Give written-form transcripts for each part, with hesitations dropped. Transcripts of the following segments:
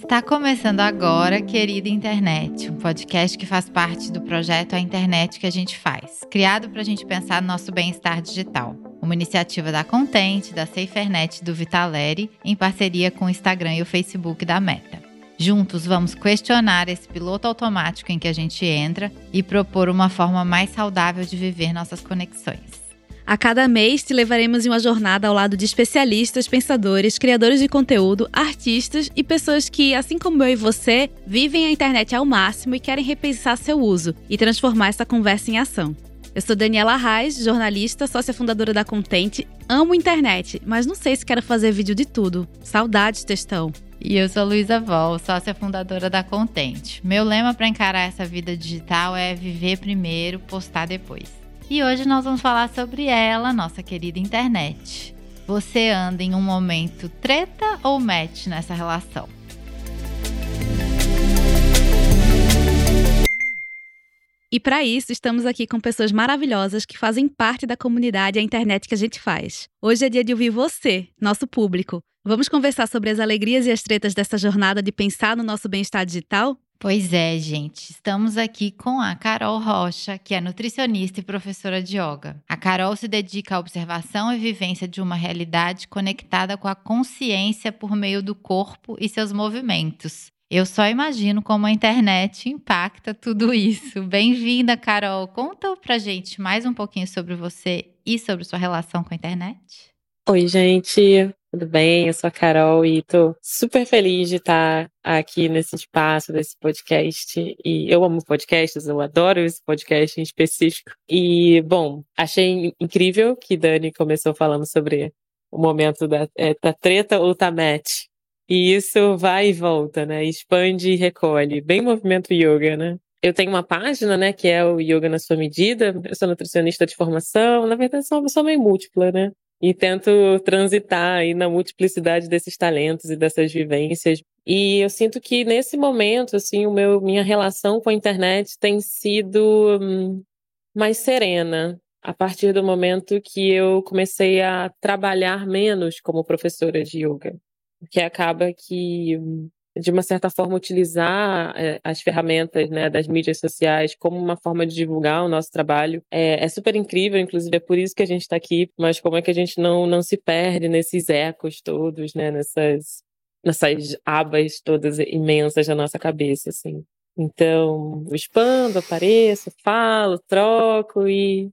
Está começando agora, querida internet, um podcast que faz parte do projeto A Internet que a gente faz, criado para a gente pensar no nosso bem-estar digital. Uma iniciativa da Contente, da SaferNet e do Vitaleri, em parceria com o Instagram e o Facebook da Meta. Juntos vamos questionar esse piloto automático em que a gente entra e propor uma forma mais saudável de viver nossas conexões. A cada mês te levaremos em uma jornada ao lado de especialistas, pensadores, criadores de conteúdo, artistas e pessoas que, assim como eu e você, vivem a internet ao máximo e querem repensar seu uso e transformar essa conversa em ação. Eu sou Daniela Reis, jornalista, sócia fundadora da Contente, amo internet, mas não sei se quero fazer vídeo de tudo. Saudades, textão. E eu sou Luísa Vol, sócia fundadora da Contente. Meu lema para encarar essa vida digital é viver primeiro, postar depois. E hoje nós vamos falar sobre ela, nossa querida internet. Você anda em um momento treta ou match nessa relação? E para isso, estamos aqui com pessoas maravilhosas que fazem parte da comunidade A Internet que a gente faz. Hoje é dia de ouvir você, nosso público. Vamos conversar sobre as alegrias e as tretas dessa jornada de pensar no nosso bem-estar digital? Pois é, gente. Estamos aqui com a Carol Rocha, que é nutricionista e professora de yoga. A Carol se dedica à observação e vivência de uma realidade conectada com a consciência por meio do corpo e seus movimentos. Eu só imagino como a internet impacta tudo isso. Bem-vinda, Carol. Conta pra gente mais um pouquinho sobre você e sobre sua relação com a internet. Oi, gente. Tudo bem? Eu sou a Carol e tô super feliz de estar aqui nesse espaço desse podcast. E eu amo podcasts, eu adoro esse podcast em específico. E, bom, achei incrível que Dani começou falando sobre o momento da treta ou tá match. E isso vai e volta, né? Expande e recolhe. Bem movimento yoga, né? Eu tenho uma página, né, que é o Yoga na Sua Medida. Eu sou nutricionista de formação. Na verdade, sou uma pessoa meio múltipla, né? E tento transitar aí na multiplicidade desses talentos e dessas vivências. E eu sinto que nesse momento, assim, minha relação com a internet tem sido mais serena a partir do momento que eu comecei a trabalhar menos como professora de yoga. Que acaba que, de uma certa forma, utilizar as ferramentas, né, das mídias sociais como uma forma de divulgar o nosso trabalho é super incrível, inclusive é por isso que a gente está aqui, mas como é que a gente não se perde nesses ecos todos, né, nessas abas todas imensas da nossa cabeça, assim. Então, eu expando, apareço, falo, troco e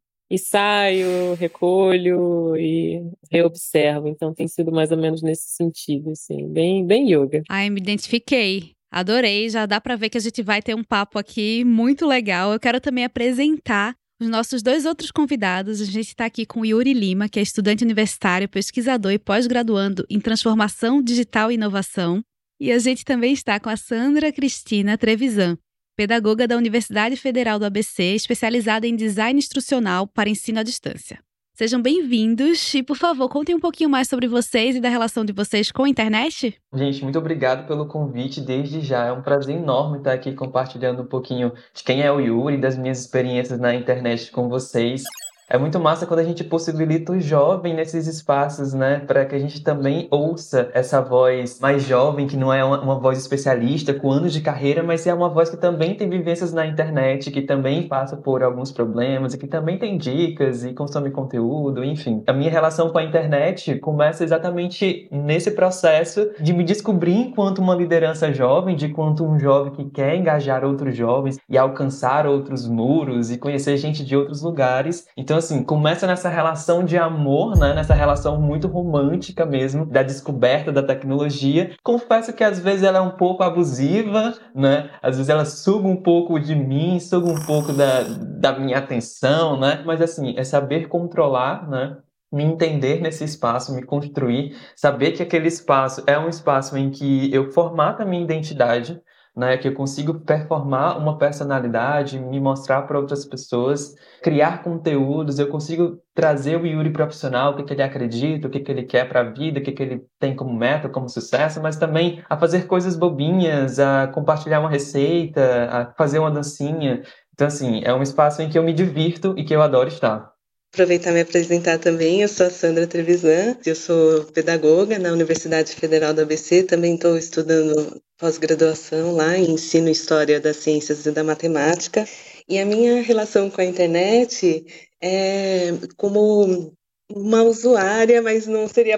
saio, recolho e reobservo. Então tem sido mais ou menos nesse sentido, assim, bem yoga. Ai, me identifiquei. Adorei, já dá pra ver que a gente vai ter um papo aqui muito legal. Eu quero também apresentar os nossos dois outros convidados. A gente está aqui com o Yuri Lima, que é estudante universitário, pesquisador e pós-graduando em transformação digital e inovação. E a gente também está com a Sandra Cristina Trevisan, pedagoga da Universidade Federal do ABC, especializada em design instrucional para ensino à distância. Sejam bem-vindos e, por favor, contem um pouquinho mais sobre vocês e da relação de vocês com a internet. Gente, muito obrigado pelo convite desde já. É um prazer enorme estar aqui compartilhando um pouquinho de quem é o Yuri e das minhas experiências na internet com vocês. É muito massa quando a gente possibilita o jovem nesses espaços, né? Para que a gente também ouça essa voz mais jovem, que não é uma voz especialista com anos de carreira, mas é uma voz que também tem vivências na internet, que também passa por alguns problemas e que também tem dicas e consome conteúdo, enfim. A minha relação com a internet começa exatamente nesse processo de me descobrir enquanto uma liderança jovem, de quanto um jovem que quer engajar outros jovens e alcançar outros muros e conhecer gente de outros lugares. Então, assim, começa nessa relação de amor, né? Nessa relação muito romântica mesmo, da descoberta da tecnologia. Confesso que às vezes ela é um pouco abusiva, né? Às vezes ela suga um pouco de mim, suga um pouco da minha atenção, né? Mas, assim, é saber controlar, né? Me entender nesse espaço, me construir, saber que aquele espaço é um espaço em que eu formato a minha identidade, né, que eu consigo performar uma personalidade, me mostrar para outras pessoas, criar conteúdos, eu consigo trazer o Yuri profissional, o que ele acredita, o que ele quer para a vida, o que ele tem como meta, como sucesso, mas também a fazer coisas bobinhas, a compartilhar uma receita, a fazer uma dancinha. Então, assim, é um espaço em que eu me divirto e que eu adoro estar. aproveitar e me apresentar também. Eu sou a Sandra Trevisan, eu sou pedagoga na Universidade Federal do ABC, também estou estudando pós-graduação lá em Ensino e História das Ciências e da Matemática. E a minha relação com a internet é como uma usuária, mas não seria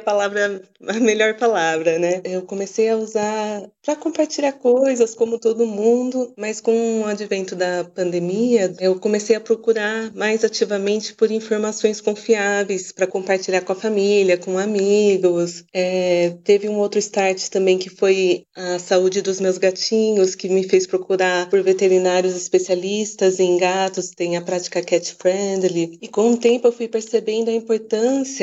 a melhor palavra, né? Eu comecei a usar para compartilhar coisas, como todo mundo, mas com o advento da pandemia, eu comecei a procurar mais ativamente por informações confiáveis para compartilhar com a família, com amigos. Teve um outro start também que foi a saúde dos meus gatinhos, que me fez procurar por veterinários especialistas em gatos, tem a prática Cat Friendly. E com o tempo eu fui percebendo a importância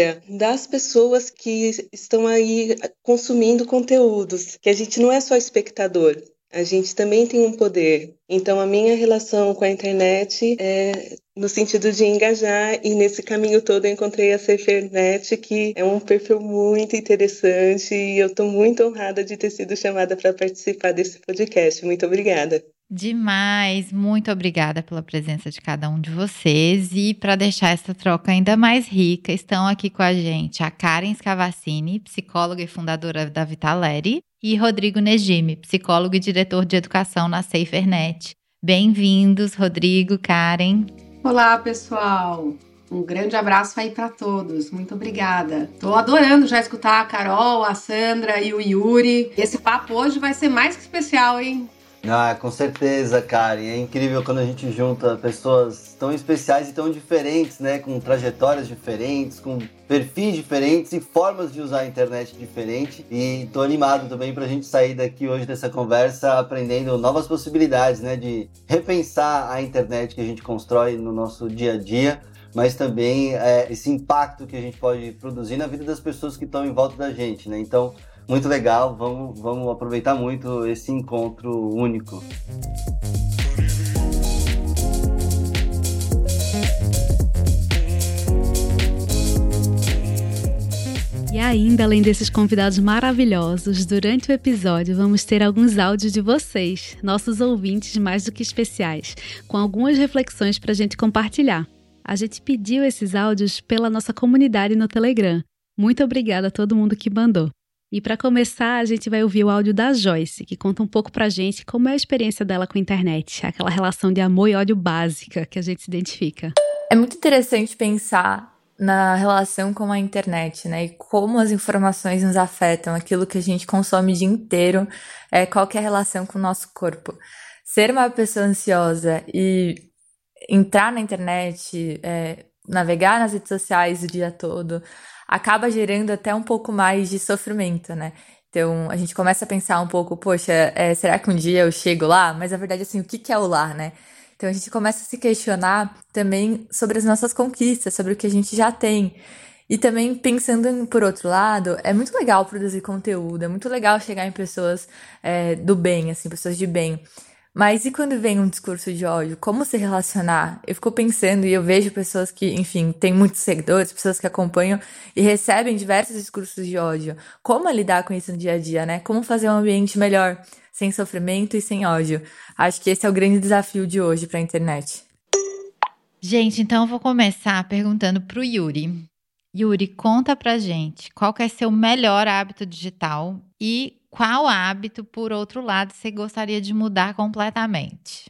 das pessoas que estão aí consumindo conteúdos, que a gente não é só espectador, a gente também tem um poder. Então a minha relação com a internet é no sentido de engajar, e nesse caminho todo eu encontrei a Safernet, que é um perfil muito interessante, e eu estou muito honrada de ter sido chamada para participar desse podcast. Muito obrigada. Demais, muito obrigada pela presença de cada um de vocês. E para deixar essa troca ainda mais rica, estão aqui com a gente a Karen Scavassini, psicóloga e fundadora da Vitaleri, e Rodrigo Negime, psicólogo e diretor de educação na Safernet. Bem-vindos, Rodrigo, Karen. Olá, pessoal. Um grande abraço aí para todos. Muito obrigada. Tô adorando já escutar a Carol, a Sandra e o Yuri. Esse papo hoje vai ser mais que especial, hein? Ah, com certeza, Karen. É incrível quando a gente junta pessoas tão especiais e tão diferentes, né? Com trajetórias diferentes, com perfis diferentes e formas de usar a internet diferente. E tô animado também pra gente sair daqui hoje dessa conversa aprendendo novas possibilidades, né? De repensar a internet que a gente constrói no nosso dia a dia, mas também esse impacto que a gente pode produzir na vida das pessoas que estão em volta da gente, né? Então, muito legal, vamos aproveitar muito esse encontro único. E ainda, além desses convidados maravilhosos, durante o episódio vamos ter alguns áudios de vocês, nossos ouvintes mais do que especiais, com algumas reflexões para a gente compartilhar. A gente pediu esses áudios pela nossa comunidade no Telegram. Muito obrigada a todo mundo que mandou. E para começar, a gente vai ouvir o áudio da Joyce, que conta um pouco pra gente como é a experiência dela com a internet, aquela relação de amor e ódio básica que a gente se identifica. É muito interessante pensar na relação com a internet, né? E como as informações nos afetam, aquilo que a gente consome o dia inteiro, qual que é a relação com o nosso corpo. Ser uma pessoa ansiosa e entrar na internet, navegar nas redes sociais o dia todo, acaba gerando até um pouco mais de sofrimento, né? Então, a gente começa a pensar um pouco, poxa, será que um dia eu chego lá? Mas, na verdade, assim, o que é o lá, né? Então, a gente começa a se questionar também sobre as nossas conquistas, sobre o que a gente já tem. E também, pensando por outro lado, é muito legal produzir conteúdo, é muito legal chegar em pessoas do bem, assim, pessoas de bem. Mas e quando vem um discurso de ódio? Como se relacionar? Eu fico pensando e eu vejo pessoas que, enfim, têm muitos seguidores, pessoas que acompanham e recebem diversos discursos de ódio. Como lidar com isso no dia a dia, né? Como fazer um ambiente melhor, sem sofrimento e sem ódio? Acho que esse é o grande desafio de hoje para a internet. Gente, então eu vou começar perguntando pro Yuri. Yuri, conta pra gente qual que é seu melhor hábito digital e qual hábito, por outro lado, você gostaria de mudar completamente?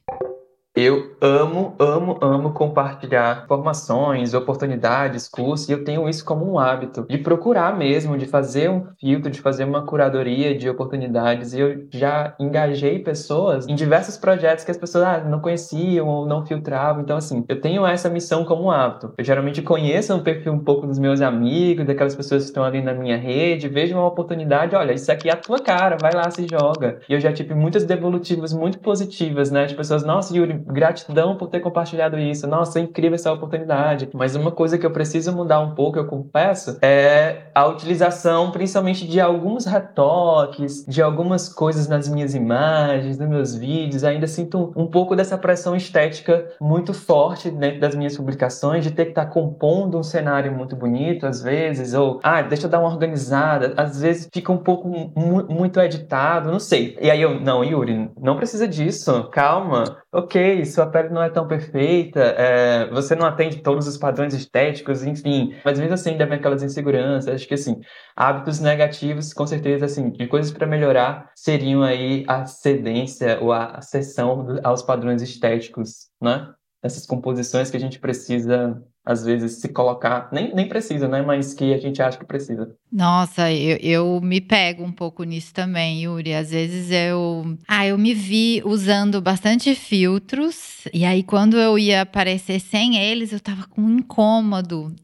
Eu amo compartilhar informações, oportunidades, cursos, e eu tenho isso como um hábito de procurar mesmo, de fazer um filtro, de fazer uma curadoria de oportunidades. E eu já engajei pessoas em diversos projetos que as pessoas não conheciam ou não filtravam. Então, assim, eu tenho essa missão como um hábito. Eu geralmente conheço um perfil um pouco dos meus amigos, daquelas pessoas que estão ali na minha rede, vejo uma oportunidade, olha, isso aqui é a tua cara, vai lá, se joga. E eu já tive muitas devolutivas muito positivas, né, de pessoas, nossa, Yuri, gratidão por ter compartilhado isso. Nossa, é incrível essa oportunidade. Mas uma coisa que eu preciso mudar um pouco, eu confesso, é a utilização, principalmente de alguns retoques, de algumas coisas nas minhas imagens, nos meus vídeos. Ainda sinto um pouco dessa pressão estética muito forte dentro das minhas publicações, de ter que estar compondo um cenário muito bonito, às vezes, ou, deixa eu dar uma organizada. Às vezes fica um pouco muito editado, não sei. E aí não, Yuri, não precisa disso. Calma. ok, sua pele não é tão perfeita, você não atende todos os padrões estéticos, enfim, mas mesmo assim ainda vem aquelas inseguranças. Acho que, assim, hábitos negativos, com certeza, assim, de coisas para melhorar seriam aí a cedência ou a acessão aos padrões estéticos, né? Essas composições que a gente precisa, às vezes, se colocar, nem precisa, né? Mas que a gente acha que precisa. Nossa, eu me pego um pouco nisso também, Yuri. Às vezes eu me vi usando bastante filtros, e aí quando eu ia aparecer sem eles, eu tava com um incômodo.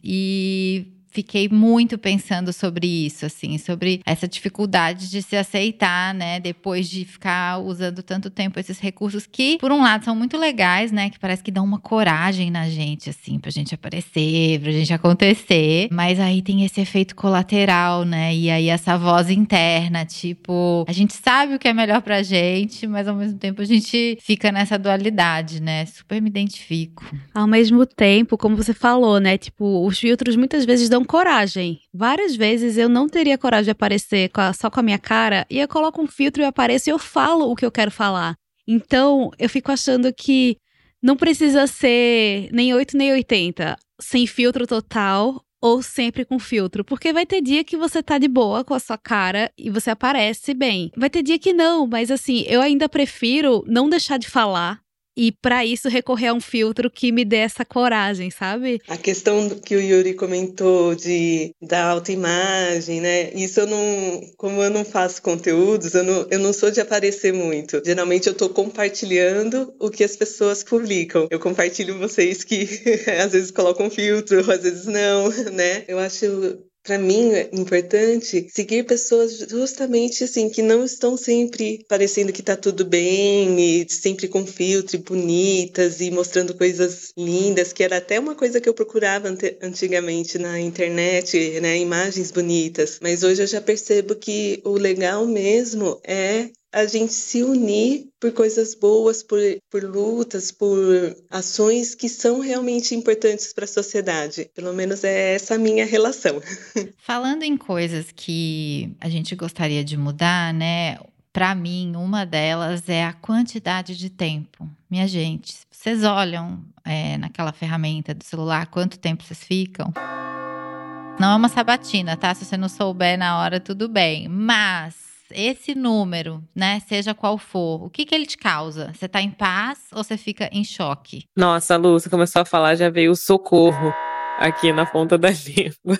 E fiquei muito pensando sobre isso, assim, sobre essa dificuldade de se aceitar, né, depois de ficar usando tanto tempo esses recursos que, por um lado, são muito legais, né, que parece que dão uma coragem na gente, assim, pra gente aparecer, pra gente acontecer, mas aí tem esse efeito colateral, né, e aí essa voz interna, tipo, a gente sabe o que é melhor pra gente, mas ao mesmo tempo a gente fica nessa dualidade, né, super me identifico. Ao mesmo tempo, como você falou, né, tipo, os filtros muitas vezes dão coragem. Várias vezes eu não teria coragem de aparecer só com a minha cara, e eu coloco um filtro e eu apareço e eu falo o que eu quero falar. Então, eu fico achando que não precisa ser nem 8 nem 80, sem filtro total ou sempre com filtro, porque vai ter dia que você tá de boa com a sua cara e você aparece bem. Vai ter dia que não, mas assim, eu ainda prefiro não deixar de falar e pra isso recorrer a um filtro que me dê essa coragem, sabe? A questão que o Yuri comentou da autoimagem, né? Isso como eu não faço conteúdos, eu não sou de aparecer muito. Geralmente eu tô compartilhando o que as pessoas publicam. Eu compartilho vocês que às vezes colocam filtro, às vezes não, né? Eu acho, para mim, é importante seguir pessoas justamente assim, que não estão sempre parecendo que tá tudo bem, e sempre com filtro, e bonitas, e mostrando coisas lindas, que era até uma coisa que eu procurava antigamente na internet, né? Imagens bonitas. Mas hoje eu já percebo que o legal mesmo é a gente se unir por coisas boas, por lutas, por ações que são realmente importantes para a sociedade. Pelo menos é essa a minha relação. Falando em coisas que a gente gostaria de mudar, né? Para mim, uma delas é a quantidade de tempo. Minha gente, vocês olham naquela ferramenta do celular quanto tempo vocês ficam? Não é uma sabatina, tá? Se você não souber na hora, tudo bem. Mas esse número, né, seja qual for, o que ele te causa? Você tá em paz ou você fica em choque? Nossa, Lu, você começou a falar, já veio o socorro aqui na ponta da língua.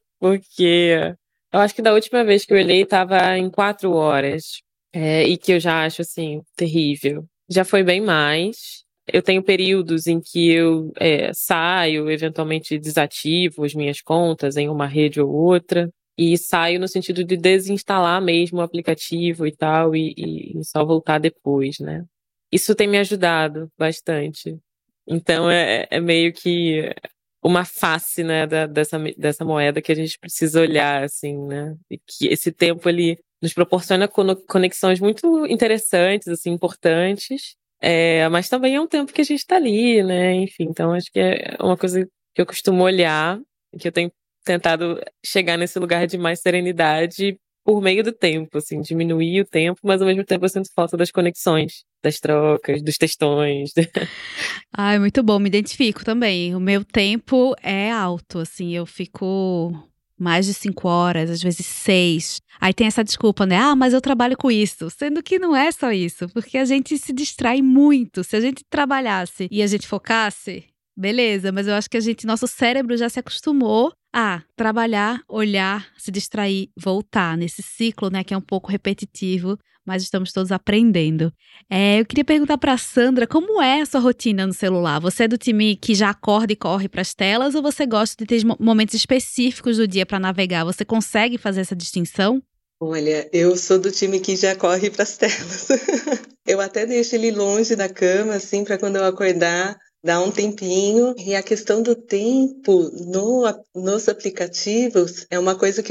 Porque eu acho que da última vez que eu olhei estava em 4 horas. E que eu já acho, assim, terrível. Já foi bem mais. Eu tenho períodos em que eu saio, eventualmente desativo as minhas contas em uma rede ou outra. E saio no sentido de desinstalar mesmo o aplicativo e tal, e só voltar depois, né? Isso tem me ajudado bastante. Então é meio que uma face, né, dessa moeda que a gente precisa olhar, assim, né? E que esse tempo ele nos proporciona conexões muito interessantes, assim, importantes. Mas também é um tempo que a gente está ali, né? Enfim, então acho que é uma coisa que eu costumo olhar, que eu tenho tentado chegar nesse lugar de mais serenidade por meio do tempo, assim, diminuir o tempo, mas ao mesmo tempo eu sinto falta das conexões, das trocas, dos textões. Ai, muito bom, me identifico também. O meu tempo é alto, assim, eu fico mais de 5 horas, às vezes 6. Aí tem essa desculpa, né? Ah, mas eu trabalho com isso. Sendo que não é só isso, porque a gente se distrai muito. Se a gente trabalhasse e a gente focasse, beleza, mas eu acho que nosso cérebro já se acostumou a trabalhar, olhar, se distrair, voltar nesse ciclo, né, que é um pouco repetitivo, mas estamos todos aprendendo. Eu queria perguntar para a Sandra, como é a sua rotina no celular? Você é do time que já acorda e corre para as telas ou você gosta de ter momentos específicos do dia para navegar? Você consegue fazer essa distinção? Olha, eu sou do time que já corre para as telas. Eu até deixo ele longe da cama, assim, para quando eu acordar, dar um tempinho. E a questão do tempo nos aplicativos é uma coisa que eu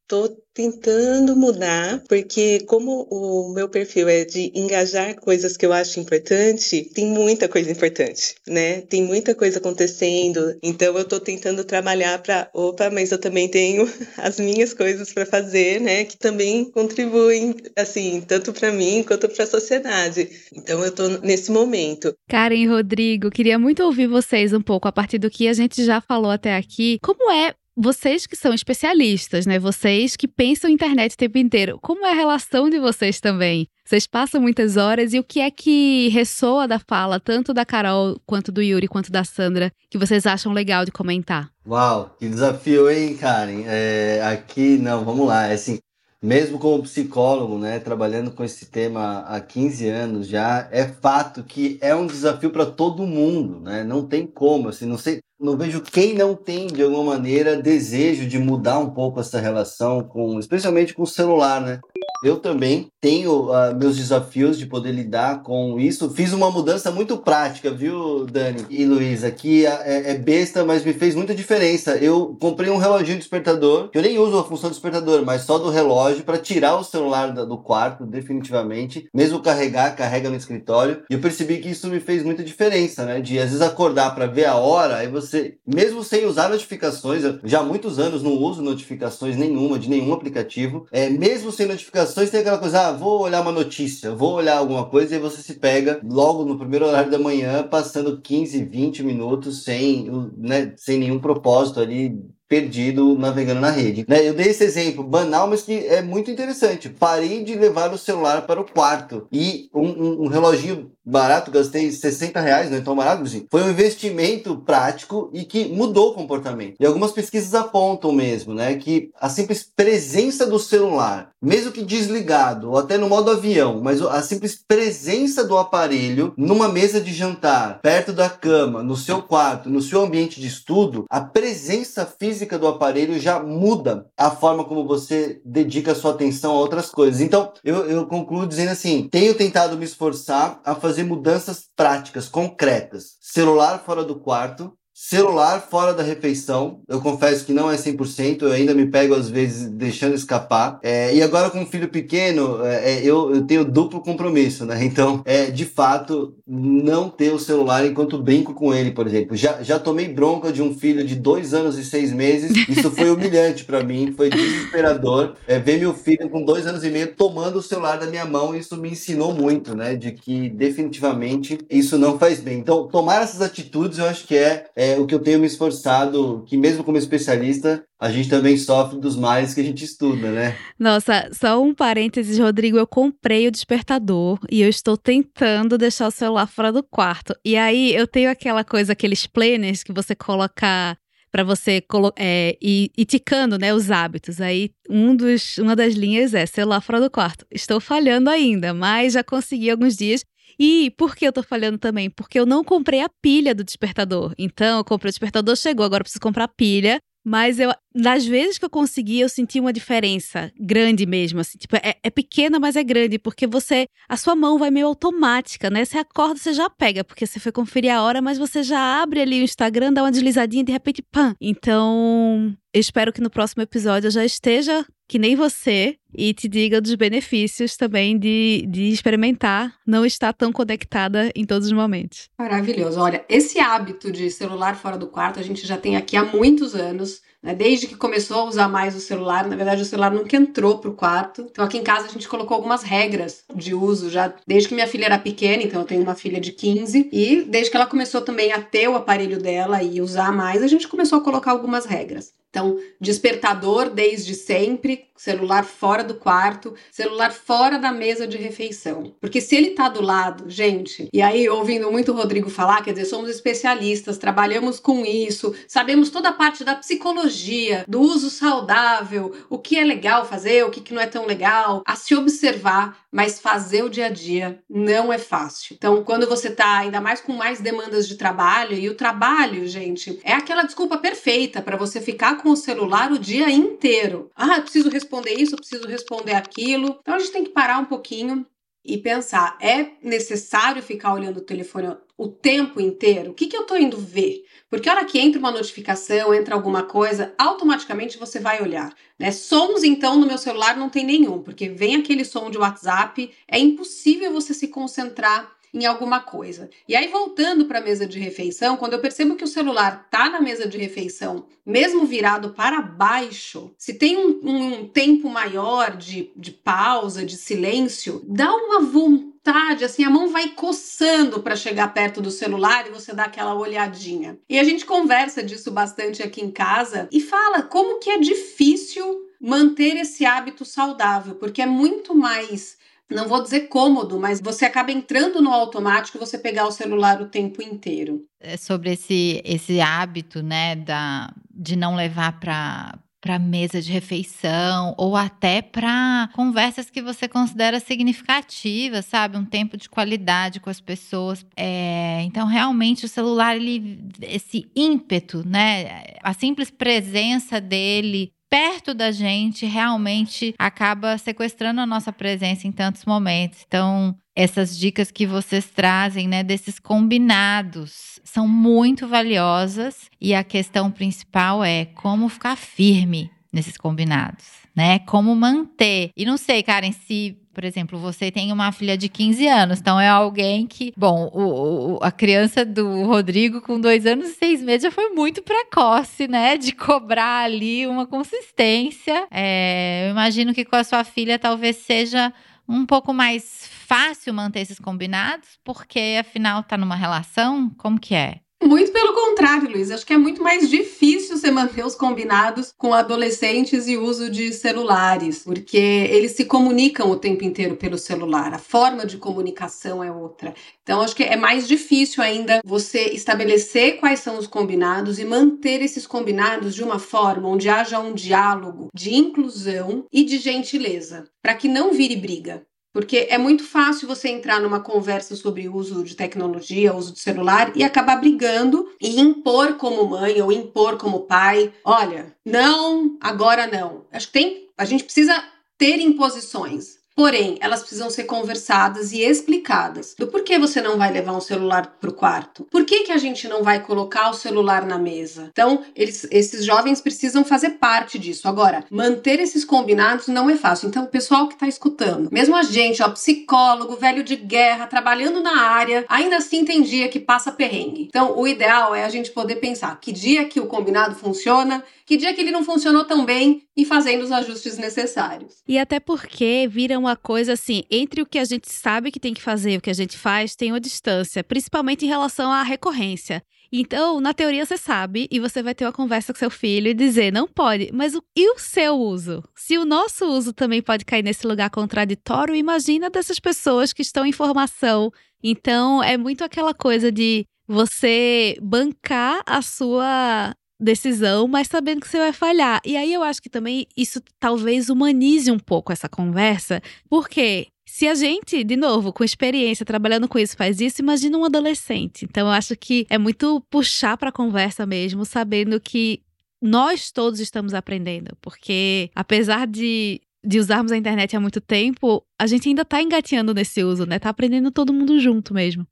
Tô tentando mudar, porque como o meu perfil é de engajar coisas que eu acho importante, tem muita coisa importante, né? Tem muita coisa acontecendo, então eu tô tentando trabalhar mas eu também tenho as minhas coisas para fazer, né? Que também contribuem, assim, tanto para mim quanto para a sociedade. Então eu tô nesse momento. Karen e Rodrigo, queria muito ouvir vocês um pouco, a partir do que a gente já falou até aqui. Como é vocês que são especialistas, né? Vocês que pensam em internet o tempo inteiro. Como é a relação de vocês também? Vocês passam muitas horas e o que é que ressoa da fala, tanto da Carol, quanto do Yuri, quanto da Sandra, que vocês acham legal de comentar? Uau, que desafio, hein, Karen? Aqui, não, vamos lá. Assim, mesmo como psicólogo, né, trabalhando com esse tema há 15 anos já, é fato que é um desafio para todo mundo, né? Não tem como, assim, não sei, não vejo quem não tem, de alguma maneira, desejo de mudar um pouco essa relação, especialmente com o celular, né? Eu também tenho meus desafios de poder lidar com isso. Fiz uma mudança muito prática, viu, Dani e Luísa? Que é besta, mas me fez muita diferença. Eu comprei um reloginho despertador, que eu nem uso a função despertador, mas só do relógio, para tirar o celular do quarto, definitivamente. Mesmo carrega no escritório. E eu percebi que isso me fez muita diferença, né? De às vezes acordar para ver a hora, aí você, mesmo sem usar notificações, eu já há muitos anos não uso notificações nenhuma, de nenhum aplicativo, mesmo sem notificações, tem aquela coisa, vou olhar uma notícia, vou olhar alguma coisa, e você se pega logo no primeiro horário da manhã, passando 15, 20 minutos sem nenhum propósito ali, perdido, navegando na rede. Né? Eu dei esse exemplo banal, mas que é muito interessante. Parei de levar o celular para o quarto. E um reloginho barato, gastei R$60, não é tão barato, assim. Foi um investimento prático e que mudou o comportamento. E algumas pesquisas apontam mesmo, né, que a simples presença do celular, mesmo que desligado, ou até no modo avião, mas a simples presença do aparelho numa mesa de jantar, perto da cama, no seu quarto, no seu ambiente de estudo, a presença física do aparelho já muda a forma como você dedica a sua atenção a outras coisas. Então, eu concluo dizendo assim, tenho tentado me esforçar a fazer mudanças práticas, concretas. Celular fora do quarto, celular fora da refeição. Eu confesso que não é 100%, eu ainda me pego às vezes deixando escapar. E agora com um filho pequeno, eu tenho duplo compromisso, né? Então, de fato, não ter o celular enquanto brinco com ele, por exemplo. Já tomei bronca de um filho de 2 anos e 6 meses. Isso foi humilhante para mim, foi desesperador. Ver meu filho com 2 anos e meio tomando o celular da minha mão, isso me ensinou muito, né? De que definitivamente isso não faz bem. Então, tomar essas atitudes, eu acho que é o que eu tenho me esforçado, que mesmo como especialista, a gente também sofre dos males que a gente estuda, né? Nossa, só um parênteses, Rodrigo, eu comprei o despertador e eu estou tentando deixar o celular fora do quarto. E aí eu tenho aquela coisa, aqueles planners que você coloca para você ir ticando, né, os hábitos. Aí uma das linhas é celular fora do quarto. Estou falhando ainda, mas já consegui alguns dias. E por que eu tô falhando também? Porque eu não comprei a pilha do despertador. Então, eu comprei o despertador, chegou, agora eu preciso comprar a pilha. Mas nas vezes que eu consegui, eu senti uma diferença grande mesmo, assim. Tipo, é pequena, mas é grande, porque a sua mão vai meio automática, né? Você acorda, você já pega, porque você foi conferir a hora, mas você já abre ali o Instagram, dá uma deslizadinha e de repente, pam! Então, eu espero que no próximo episódio eu já esteja que nem você e te diga dos benefícios também de experimentar não estar tão conectada em todos os momentos. Maravilhoso. Olha, esse hábito de celular fora do quarto a gente já tem aqui há muitos anos, né? Desde que começou a usar mais o celular, na verdade o celular nunca entrou pro quarto. Então aqui em casa a gente colocou algumas regras de uso já desde que minha filha era pequena, então eu tenho uma filha de 15, e desde que ela começou também a ter o aparelho dela e usar mais, a gente começou a colocar algumas regras. Então, despertador desde sempre, celular fora do quarto, celular fora da mesa de refeição. Porque se ele tá do lado, gente, e aí ouvindo muito o Rodrigo falar, quer dizer, somos especialistas, trabalhamos com isso, sabemos toda a parte da psicologia, do uso saudável, o que é legal fazer, o que não é tão legal, a se observar, mas fazer o dia a dia não é fácil. Então, quando você tá ainda mais com mais demandas de trabalho, e o trabalho, gente, é aquela desculpa perfeita para você ficar com o celular o dia inteiro. Ah, eu preciso responder isso, eu preciso responder aquilo. Então a gente tem que parar um pouquinho e pensar, é necessário ficar olhando o telefone o tempo inteiro? O que eu tô indo ver? Porque a hora que entra uma notificação, entra alguma coisa, automaticamente você vai olhar, né? Sons, então, no meu celular não tem nenhum, porque vem aquele som de WhatsApp, é impossível você se concentrar em alguma coisa. E aí, voltando para a mesa de refeição, quando eu percebo que o celular tá na mesa de refeição, mesmo virado para baixo, se tem um tempo maior de pausa, de silêncio, dá uma vontade, assim, a mão vai coçando para chegar perto do celular e você dá aquela olhadinha. E a gente conversa disso bastante aqui em casa e fala como que é difícil manter esse hábito saudável, porque é muito mais, não vou dizer cômodo, mas você acaba entrando no automático e você pegar o celular o tempo inteiro. É sobre esse hábito, né, de não levar para mesa de refeição ou até para conversas que você considera significativas, sabe? Um tempo de qualidade com as pessoas. Então, realmente, o celular, esse ímpeto, né? A simples presença dele perto da gente realmente acaba sequestrando a nossa presença em tantos momentos. Então, essas dicas que vocês trazem, né, desses combinados, são muito valiosas e a questão principal é como ficar firme nesses combinados, né? Como manter. E não sei, Karen, se, por exemplo, você tem uma filha de 15 anos, então é alguém que... Bom, a criança do Rodrigo com 2 anos e 6 meses já foi muito precoce, né? De cobrar ali uma consistência. Eu imagino que com a sua filha talvez seja um pouco mais fácil manter esses combinados, porque afinal tá numa relação, como que é? Muito pelo contrário, Luiz. Acho que é muito mais difícil você manter os combinados com adolescentes e uso de celulares, porque eles se comunicam o tempo inteiro pelo celular. A forma de comunicação é outra. Então, acho que é mais difícil ainda você estabelecer quais são os combinados e manter esses combinados de uma forma onde haja um diálogo de inclusão e de gentileza, para que não vire briga. Porque é muito fácil você entrar numa conversa sobre uso de tecnologia, uso de celular e acabar brigando e impor como mãe ou impor como pai, olha, não, agora não. Acho que a gente precisa ter imposições. Porém, elas precisam ser conversadas e explicadas. Do porquê você não vai levar um celular para o quarto? Por que a gente não vai colocar o celular na mesa? Então, esses jovens precisam fazer parte disso. Agora, manter esses combinados não é fácil. Então, o pessoal que está escutando, mesmo a gente, psicólogo, velho de guerra, trabalhando na área, ainda assim tem dia que passa perrengue. Então, o ideal é a gente poder pensar que dia que o combinado funciona, que dia que ele não funcionou tão bem e fazendo os ajustes necessários. E até porque vira uma coisa assim, entre o que a gente sabe que tem que fazer e o que a gente faz, tem uma distância, principalmente em relação à recorrência. Então, na teoria você sabe e você vai ter uma conversa com seu filho e dizer, não pode, mas e o seu uso? Se o nosso uso também pode cair nesse lugar contraditório, imagina dessas pessoas que estão em formação. Então, é muito aquela coisa de você bancar a sua decisão, mas sabendo que você vai falhar. E aí eu acho que também isso talvez humanize um pouco essa conversa, porque se a gente, de novo, com experiência, trabalhando com isso, faz isso, imagina um adolescente. Então eu acho que é muito puxar para a conversa mesmo, sabendo que nós todos estamos aprendendo, porque apesar de usarmos a internet há muito tempo, a gente ainda tá engateando nesse uso, né? Tá aprendendo todo mundo junto mesmo.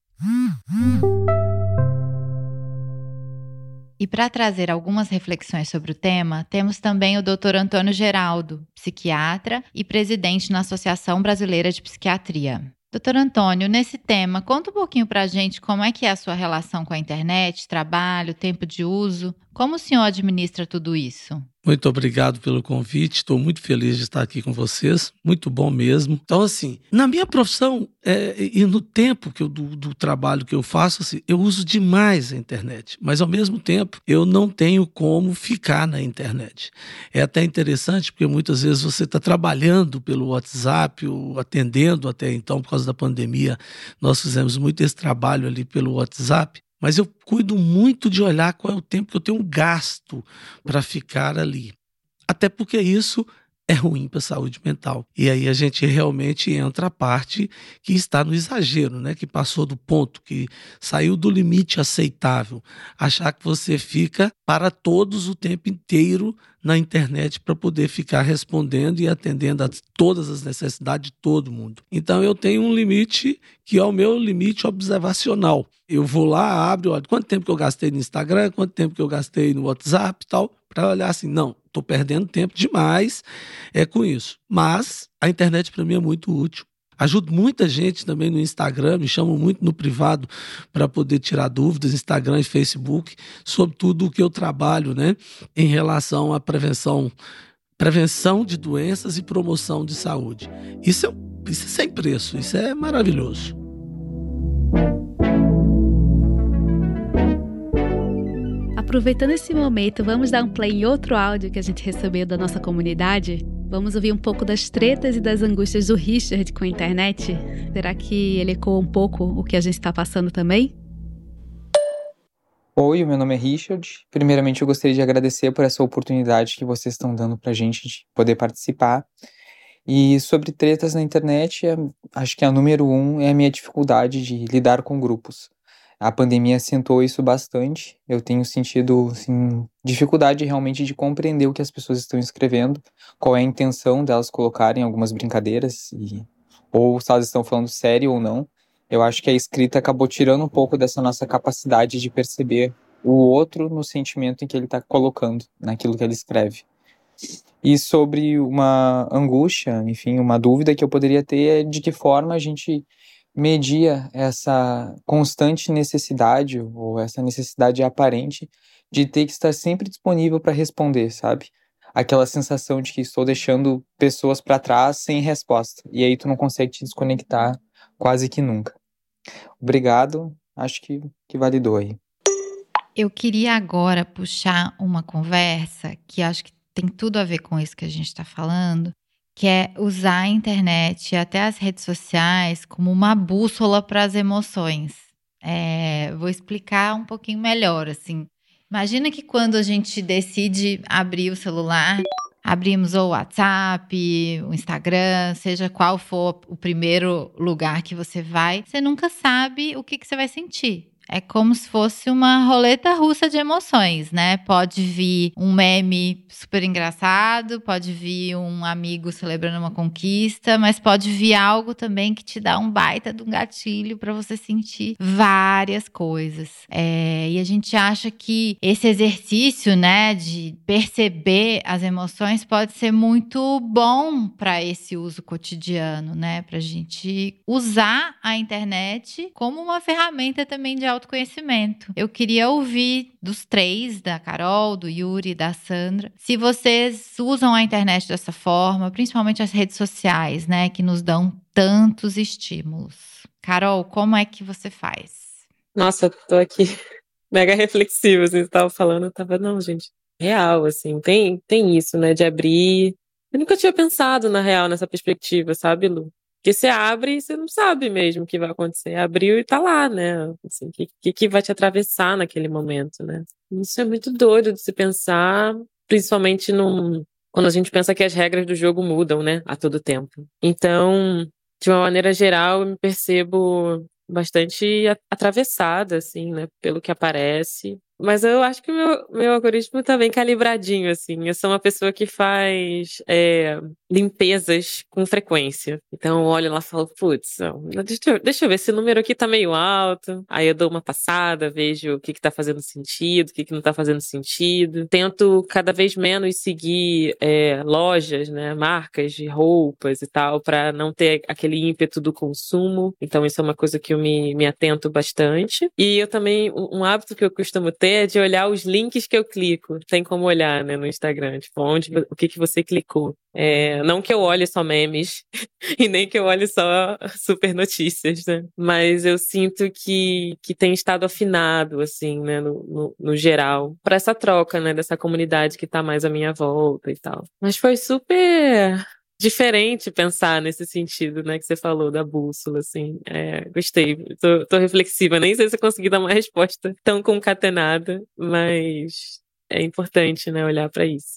E para trazer algumas reflexões sobre o tema, temos também o Dr. Antônio Geraldo, psiquiatra e presidente na Associação Brasileira de Psiquiatria. Dr. Antônio, nesse tema, conta um pouquinho para a gente como é que é a sua relação com a internet, trabalho, tempo de uso. Como o senhor administra tudo isso? Muito obrigado pelo convite, estou muito feliz de estar aqui com vocês, muito bom mesmo. Então, assim, na minha profissão e no tempo do trabalho que eu faço, assim, eu uso demais a internet, mas ao mesmo tempo eu não tenho como ficar na internet. É até interessante porque muitas vezes você está trabalhando pelo WhatsApp, ou atendendo até então, por causa da pandemia, nós fizemos muito esse trabalho ali pelo WhatsApp. Mas eu cuido muito de olhar qual é o tempo que eu tenho gasto para ficar ali. Até porque isso é ruim para a saúde mental. E aí a gente realmente entra a parte que está no exagero, né? Que passou do ponto, que saiu do limite aceitável. Achar que você fica para todos o tempo inteiro na internet para poder ficar respondendo e atendendo a todas as necessidades de todo mundo. Então eu tenho um limite que é o meu limite observacional. Eu vou lá, abro, olha, quanto tempo que eu gastei no Instagram, quanto tempo que eu gastei no WhatsApp e tal, para olhar assim, não, estou perdendo tempo demais com isso. Mas a internet para mim é muito útil. Ajudo muita gente também no Instagram, me chamam muito no privado para poder tirar dúvidas, Instagram e Facebook, sobre tudo o que eu trabalho, né, em relação à prevenção de doenças e promoção de saúde. Isso é sem preço, isso é maravilhoso. Aproveitando esse momento, vamos dar um play em outro áudio que a gente recebeu da nossa comunidade? Vamos ouvir um pouco das tretas e das angústias do Richard com a internet? Será que ele ecoa um pouco o que a gente está passando também? Oi, meu nome é Richard. Primeiramente, eu gostaria de agradecer por essa oportunidade que vocês estão dando pra gente de poder participar. E sobre tretas na internet, acho que a número 1 é a minha dificuldade de lidar com grupos. A pandemia acentuou isso bastante. Eu tenho sentido, assim, dificuldade realmente de compreender o que as pessoas estão escrevendo, qual é a intenção delas colocarem algumas brincadeiras, ou se elas estão falando sério ou não. Eu acho que a escrita acabou tirando um pouco dessa nossa capacidade de perceber o outro no sentimento em que ele está colocando, naquilo que ele escreve. E sobre uma angústia, enfim, uma dúvida que eu poderia ter é de que forma a gente media essa constante necessidade, ou essa necessidade aparente, de ter que estar sempre disponível para responder, sabe? Aquela sensação de que estou deixando pessoas para trás sem resposta. E aí tu não consegue te desconectar quase que nunca. Obrigado, acho que validou aí. Eu queria agora puxar uma conversa que acho que tem tudo a ver com isso que a gente está falando, que é usar a internet e até as redes sociais como uma bússola para as emoções. Vou explicar um pouquinho melhor, assim. Imagina que quando a gente decide abrir o celular, abrimos o WhatsApp, o Instagram, seja qual for o primeiro lugar que você vai, você nunca sabe o que você vai sentir. É como se fosse uma roleta russa de emoções, né? Pode vir um meme super engraçado, pode vir um amigo celebrando uma conquista, mas pode vir algo também que te dá um baita de um gatilho para você sentir várias coisas. E a gente acha que esse exercício, né, de perceber as emoções pode ser muito bom para esse uso cotidiano, né? Pra gente usar a internet como uma ferramenta também de autoconhecimento. Eu queria ouvir dos três, da Carol, do Yuri e da Sandra, se vocês usam a internet dessa forma, principalmente as redes sociais, né, que nos dão tantos estímulos. Carol, como é que você faz? Nossa, tô aqui mega reflexiva, assim, você tava falando, eu tava, não, gente, real, assim, tem isso, né, de abrir. Eu nunca tinha pensado, na real, nessa perspectiva, sabe, Lu? Porque você abre e você não sabe mesmo o que vai acontecer. Abriu e tá lá, né? Assim, o que vai te atravessar naquele momento, né? Isso é muito doido de se pensar, principalmente quando a gente pensa que as regras do jogo mudam, né? A todo tempo. Então, de uma maneira geral, eu me percebo bastante atravessada, assim, né? Pelo que aparece. Mas eu acho que o meu algoritmo tá bem calibradinho, assim. Eu sou uma pessoa que faz limpezas com frequência. Então eu olho lá e falo, putz, deixa eu ver, esse número aqui tá meio alto. Aí eu dou uma passada, vejo o que tá fazendo sentido, o que não tá fazendo sentido. Tento cada vez menos seguir lojas, né, marcas de roupas e tal, pra não ter aquele ímpeto do consumo. Então isso é uma coisa que eu me atento bastante. E eu também, um hábito que eu costumo ter é de olhar os links que eu clico. Tem como olhar, né, no Instagram, tipo, o que você clicou. Não que eu olhe só memes e nem que eu olhe só super notícias, né? Mas eu sinto que tem estado afinado, assim, né, no geral, para essa troca, né, dessa comunidade que tá mais à minha volta e tal. Mas foi super diferente pensar nesse sentido, né, que você falou da bússola, assim. Gostei, tô reflexiva, nem sei se eu consegui dar uma resposta tão concatenada, mas é importante, né, olhar para isso.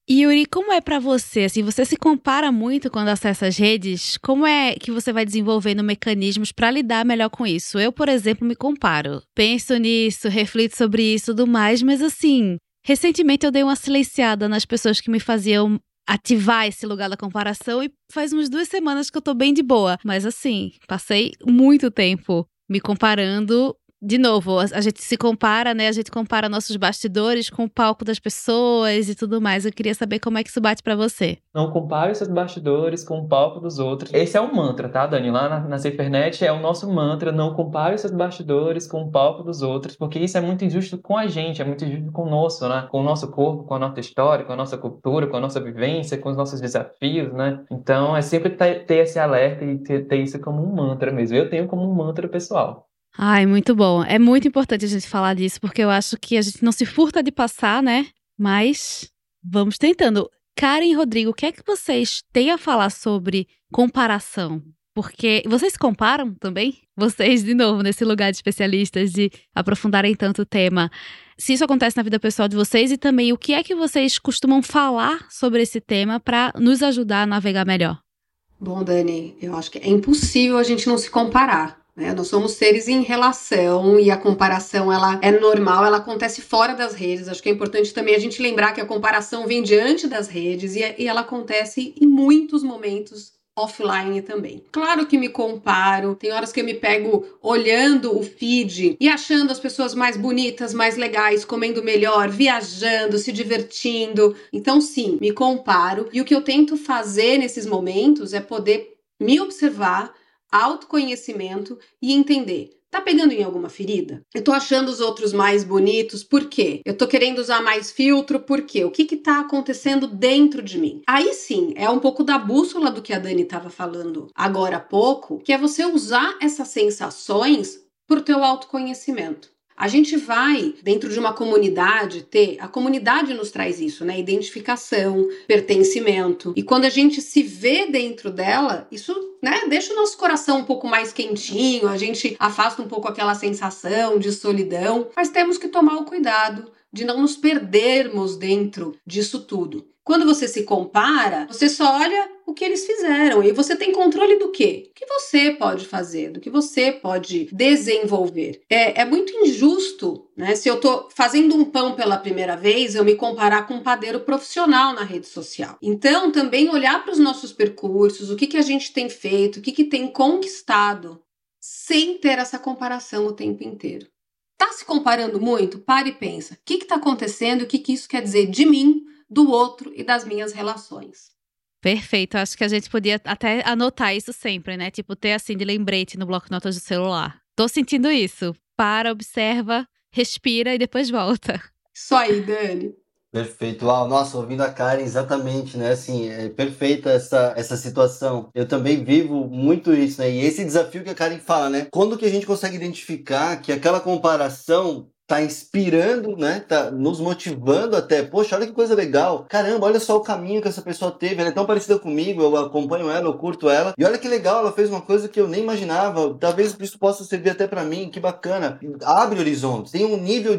Yuri, como é pra você? Assim, você se compara muito quando acessa as redes? Como é que você vai desenvolvendo mecanismos pra lidar melhor com isso? Eu, por exemplo, me comparo. Penso nisso, reflito sobre isso e tudo mais, mas assim, recentemente eu dei uma silenciada nas pessoas que me faziam ativar esse lugar da comparação e faz umas 2 semanas que eu tô bem de boa. Mas assim, passei muito tempo me comparando. De novo, a gente se compara, né? A gente compara nossos bastidores com o palco das pessoas e tudo mais. Eu queria saber como é que isso bate pra você. Não compare os seus bastidores com o palco dos outros. Esse é um mantra, tá, Dani? Lá na Cifernet é o nosso mantra. Não compare os seus bastidores com o palco dos outros, porque isso é muito injusto com a gente, é muito injusto conosco, né? Com o nosso corpo, com a nossa história, com a nossa cultura, com a nossa vivência, com os nossos desafios, né? Então, é sempre ter esse alerta e ter isso como um mantra mesmo. Eu tenho como um mantra pessoal. Ai, muito bom. É muito importante a gente falar disso, porque eu acho que a gente não se furta de passar, né? Mas vamos tentando. Karen e Rodrigo, o que é que vocês têm a falar sobre comparação? Porque vocês se comparam também? Vocês, de novo, nesse lugar de especialistas, de aprofundarem tanto o tema. Se isso acontece na vida pessoal de vocês e também o que é que vocês costumam falar sobre esse tema para nos ajudar a navegar melhor? Bom, Dani, eu acho que é impossível a gente não se comparar. Nós somos seres em relação e a comparação ela é normal, ela acontece fora das redes. Acho que é importante também a gente lembrar que a comparação vem diante das redes e ela acontece em muitos momentos offline também. Claro que me comparo, tem horas que eu me pego olhando o feed e achando as pessoas mais bonitas, mais legais, comendo melhor, viajando, se divertindo. Então sim, me comparo e o que eu tento fazer nesses momentos é poder me observar, autoconhecimento e entender. Tá pegando em alguma ferida? Eu tô achando os outros mais bonitos, por quê? Eu tô querendo usar mais filtro, por quê? O que tá acontecendo dentro de mim? Aí sim, é um pouco da bússola do que a Dani tava falando agora há pouco, que é você usar essas sensações pro teu autoconhecimento. A gente vai, dentro de uma comunidade, a comunidade nos traz isso, né? Identificação, pertencimento. E quando a gente se vê dentro dela, isso, né, deixa o nosso coração um pouco mais quentinho, a gente afasta um pouco aquela sensação de solidão, mas temos que tomar o cuidado de não nos perdermos dentro disso tudo. Quando você se compara, você só olha o que eles fizeram e você tem controle do quê? Do que você pode fazer, do que você pode desenvolver. É muito injusto, né? Se eu tô fazendo um pão pela primeira vez, eu me comparar com um padeiro profissional na rede social. Então, também olhar para os nossos percursos, o que a gente tem feito, o que tem conquistado, sem ter essa comparação o tempo inteiro. Tá se comparando muito? Para e pensa. O que está acontecendo e o que isso quer dizer de mim, do outro e das minhas relações? Perfeito, acho que a gente podia até anotar isso sempre, né? Tipo, ter assim de lembrete no bloco-notas do celular. Tô sentindo isso. Para, observa, respira e depois volta. Isso aí, Dani. Perfeito. Uau, nossa, ouvindo a Karen, exatamente, né? Assim, é perfeita essa situação. Eu também vivo muito isso, né? E esse desafio que a Karen fala, né? Quando que a gente consegue identificar que aquela comparação tá inspirando, né? Tá nos motivando até. Poxa, olha que coisa legal. Caramba, olha só o caminho que essa pessoa teve. Ela é tão parecida comigo, eu acompanho ela, eu curto ela. E olha que legal, ela fez uma coisa que eu nem imaginava. Talvez isso possa servir até pra mim. Que bacana. Abre horizontes. Tem um nível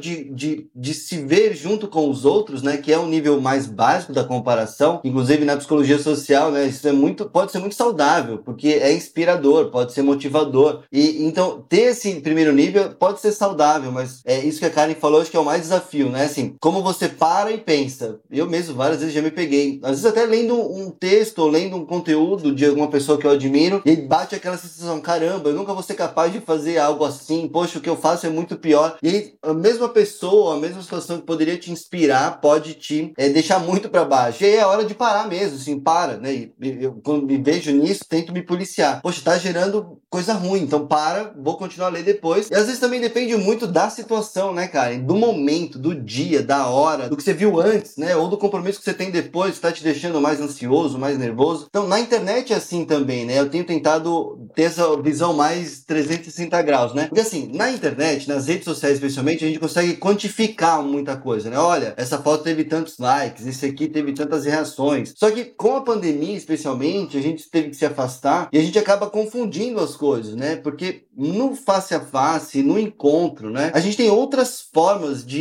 de se ver junto com os outros, né? Que é um nível mais básico da comparação. Inclusive na psicologia social, né? Isso pode ser muito saudável, porque é inspirador, pode ser motivador. E então, ter esse primeiro nível pode ser saudável, mas isso que a Karen falou, acho que é o mais desafio, né? Assim, como você para e pensa. Eu mesmo várias vezes já me peguei, às vezes até lendo um texto ou lendo um conteúdo de alguma pessoa que eu admiro, e bate aquela sensação, caramba, eu nunca vou ser capaz de fazer algo assim, poxa, o que eu faço é muito pior. E aí, a mesma pessoa, a mesma situação que poderia te inspirar, pode te deixar muito para baixo. E aí é hora de parar mesmo, assim, para, né? E eu, quando me vejo nisso, tento me policiar. Poxa, tá gerando coisa ruim, então para, vou continuar a ler depois. E às vezes também depende muito da situação, né, Karen? Do momento, do dia, da hora, do que você viu antes, né? Ou do compromisso que você tem depois, que tá te deixando mais ansioso, mais nervoso. Então, na internet é assim também, né? Eu tenho tentado ter essa visão mais 360 graus, né? Porque assim, na internet, nas redes sociais especialmente, a gente consegue quantificar muita coisa, né? Olha, essa foto teve tantos likes, esse aqui teve tantas reações. Só que com a pandemia, especialmente, a gente teve que se afastar e a gente acaba confundindo as coisas, né? Porque no face a face, no encontro, né? A gente tem outras formas de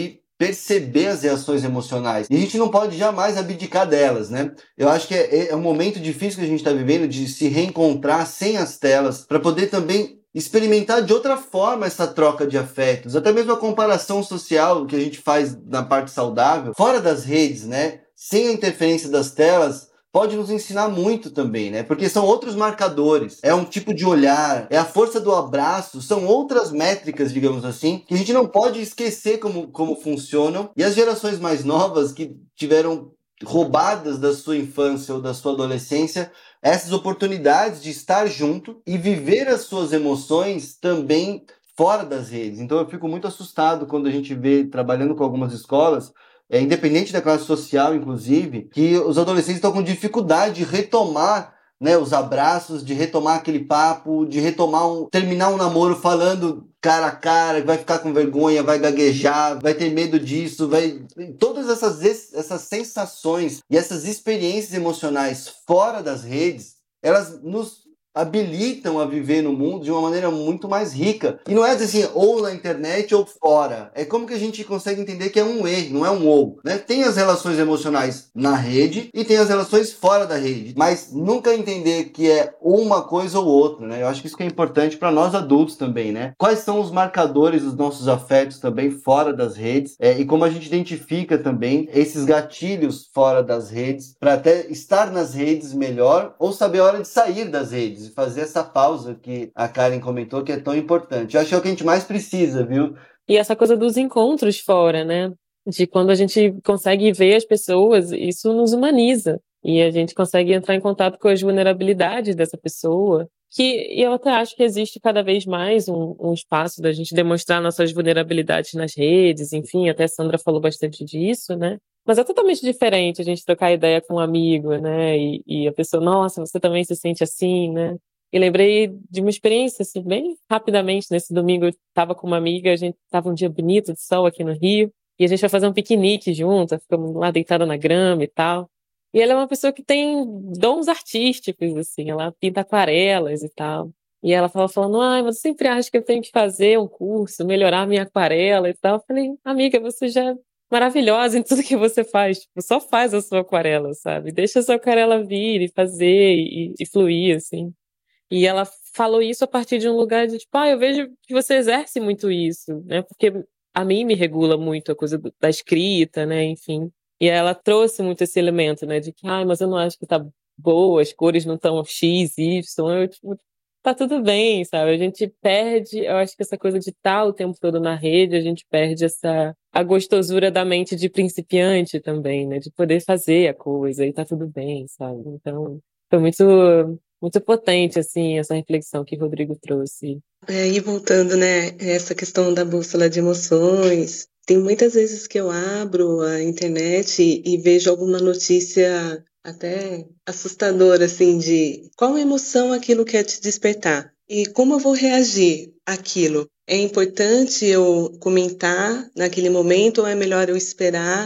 perceber as reações emocionais. E a gente não pode jamais abdicar delas, né? Eu acho que é um momento difícil que a gente está vivendo de se reencontrar sem as telas, para poder também experimentar de outra forma essa troca de afetos, até mesmo a comparação social que a gente faz na parte saudável, fora das redes, né? Sem a interferência das telas, pode nos ensinar muito também, né? Porque são outros marcadores, é um tipo de olhar, é a força do abraço, são outras métricas, digamos assim, que a gente não pode esquecer como funcionam. E as gerações mais novas que tiveram roubadas da sua infância ou da sua adolescência, essas oportunidades de estar junto e viver as suas emoções também fora das redes. Então eu fico muito assustado quando a gente vê, trabalhando com algumas escolas, independente da classe social, inclusive, que os adolescentes estão com dificuldade de retomar, né, os abraços, de retomar aquele papo, de terminar um namoro falando cara a cara, vai ficar com vergonha, vai gaguejar, vai ter medo disso, todas essas sensações e essas experiências emocionais fora das redes, elas nos habilitam a viver no mundo de uma maneira muito mais rica. E não é assim, ou na internet ou fora. É como que a gente consegue entender que é um e, não é um ou, né? Tem as relações emocionais na rede e tem as relações fora da rede, mas nunca entender que é uma coisa ou outra, né? Eu acho que isso que é importante para nós adultos também, né? Quais são os marcadores dos nossos afetos também fora das redes, e como a gente identifica também esses gatilhos fora das redes para até estar nas redes melhor ou saber a hora de sair das redes e fazer essa pausa que a Karen comentou que é tão importante. Eu acho que é o que a gente mais precisa, viu? E essa coisa dos encontros fora, né? De quando a gente consegue ver as pessoas, isso nos humaniza. E a gente consegue entrar em contato com as vulnerabilidades dessa pessoa. E eu até acho que existe cada vez mais um espaço da gente demonstrar nossas vulnerabilidades nas redes, enfim, até a Sandra falou bastante disso, né? Mas é totalmente diferente a gente trocar ideia com um amigo, né? E a pessoa, nossa, você também se sente assim, né? E lembrei de uma experiência, assim, bem rapidamente. Nesse domingo eu estava com uma amiga, a gente estava um dia bonito de sol aqui no Rio, e a gente foi fazer um piquenique junto, ficamos lá deitada na grama e tal. E ela é uma pessoa que tem dons artísticos, assim, ela pinta aquarelas e tal. E ela estava falando, mas eu sempre acho que eu tenho que fazer um curso, melhorar a minha aquarela e tal. Eu falei, amiga, você já é maravilhosa em tudo que você faz, tipo, só faz a sua aquarela, sabe? Deixa a sua aquarela vir e fazer e fluir, assim. E ela falou isso a partir de um lugar de, tipo, eu vejo que você exerce muito isso, né? Porque a mim me regula muito a coisa da escrita, né? Enfim. E ela trouxe muito esse elemento, né? De que, mas eu não acho que tá boa, as cores não estão X, Y. Eu, tipo, tá tudo bem, sabe? A gente perde, eu acho que essa coisa de estar o tempo todo na rede, a gente perde a gostosura da mente de principiante também, né? De poder fazer a coisa e tá tudo bem, sabe? Então, foi muito potente, assim, essa reflexão que o Rodrigo trouxe. E voltando, né, essa questão da bússola de emoções, tem muitas vezes que eu abro a internet e vejo alguma notícia até assustadora, assim, de qual emoção aquilo quer te despertar e como eu vou reagir àquilo. É importante eu comentar naquele momento ou é melhor eu esperar?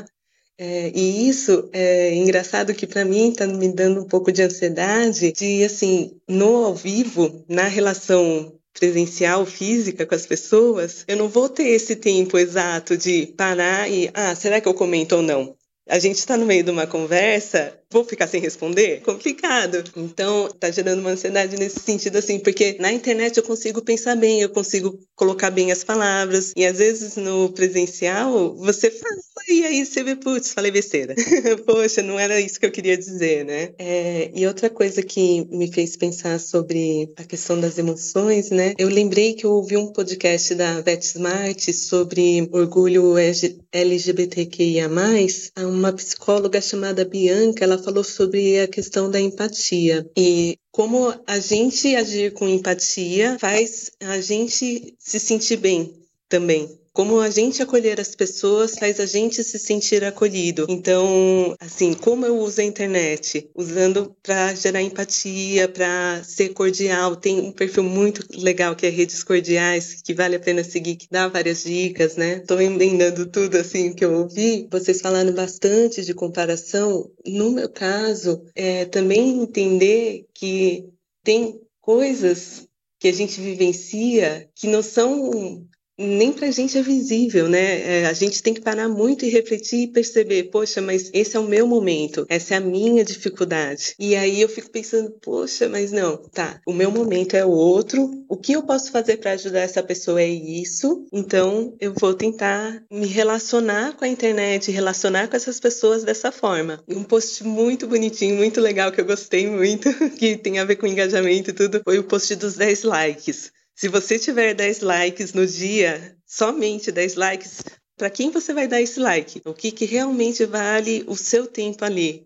E isso é engraçado que para mim está me dando um pouco de ansiedade de, assim, no ao vivo, na relação presencial, física com as pessoas, eu não vou ter esse tempo exato de parar e, será que eu comento ou não? A gente está no meio de uma conversa, vou ficar sem responder? Complicado. Então, tá gerando uma ansiedade nesse sentido, assim, porque na internet eu consigo pensar bem, eu consigo colocar bem as palavras, e às vezes no presencial você fala, e aí você vê, putz, falei besteira. Poxa, não era isso que eu queria dizer, né? E outra coisa que me fez pensar sobre a questão das emoções, né? Eu lembrei que eu ouvi um podcast da Beth Smart sobre orgulho LGBTQIA+, uma psicóloga chamada Bianca, ela falou sobre a questão da empatia e como a gente agir com empatia faz a gente se sentir bem também. Como a gente acolher as pessoas faz a gente se sentir acolhido. Então, assim, como eu uso a internet? Usando para gerar empatia, para ser cordial. Tem um perfil muito legal que é Redes Cordiais, que vale a pena seguir, que dá várias dicas, né? Tô emendando tudo, assim, que eu ouvi. Vocês falaram bastante de comparação. No meu caso, também entender que tem coisas que a gente vivencia que não são nem pra gente é visível, né? A gente tem que parar muito e refletir e perceber, poxa, mas esse é o meu momento, essa é a minha dificuldade. E aí eu fico pensando, poxa, mas não, tá, o meu momento é o outro, o que eu posso fazer para ajudar essa pessoa é isso, então eu vou tentar me relacionar com a internet, relacionar com essas pessoas dessa forma. Um post muito bonitinho, muito legal, que eu gostei muito, que tem a ver com engajamento e tudo, foi o post dos 10 likes. Se você tiver 10 likes no dia, somente 10 likes, para quem você vai dar esse like? O que realmente vale o seu tempo ali?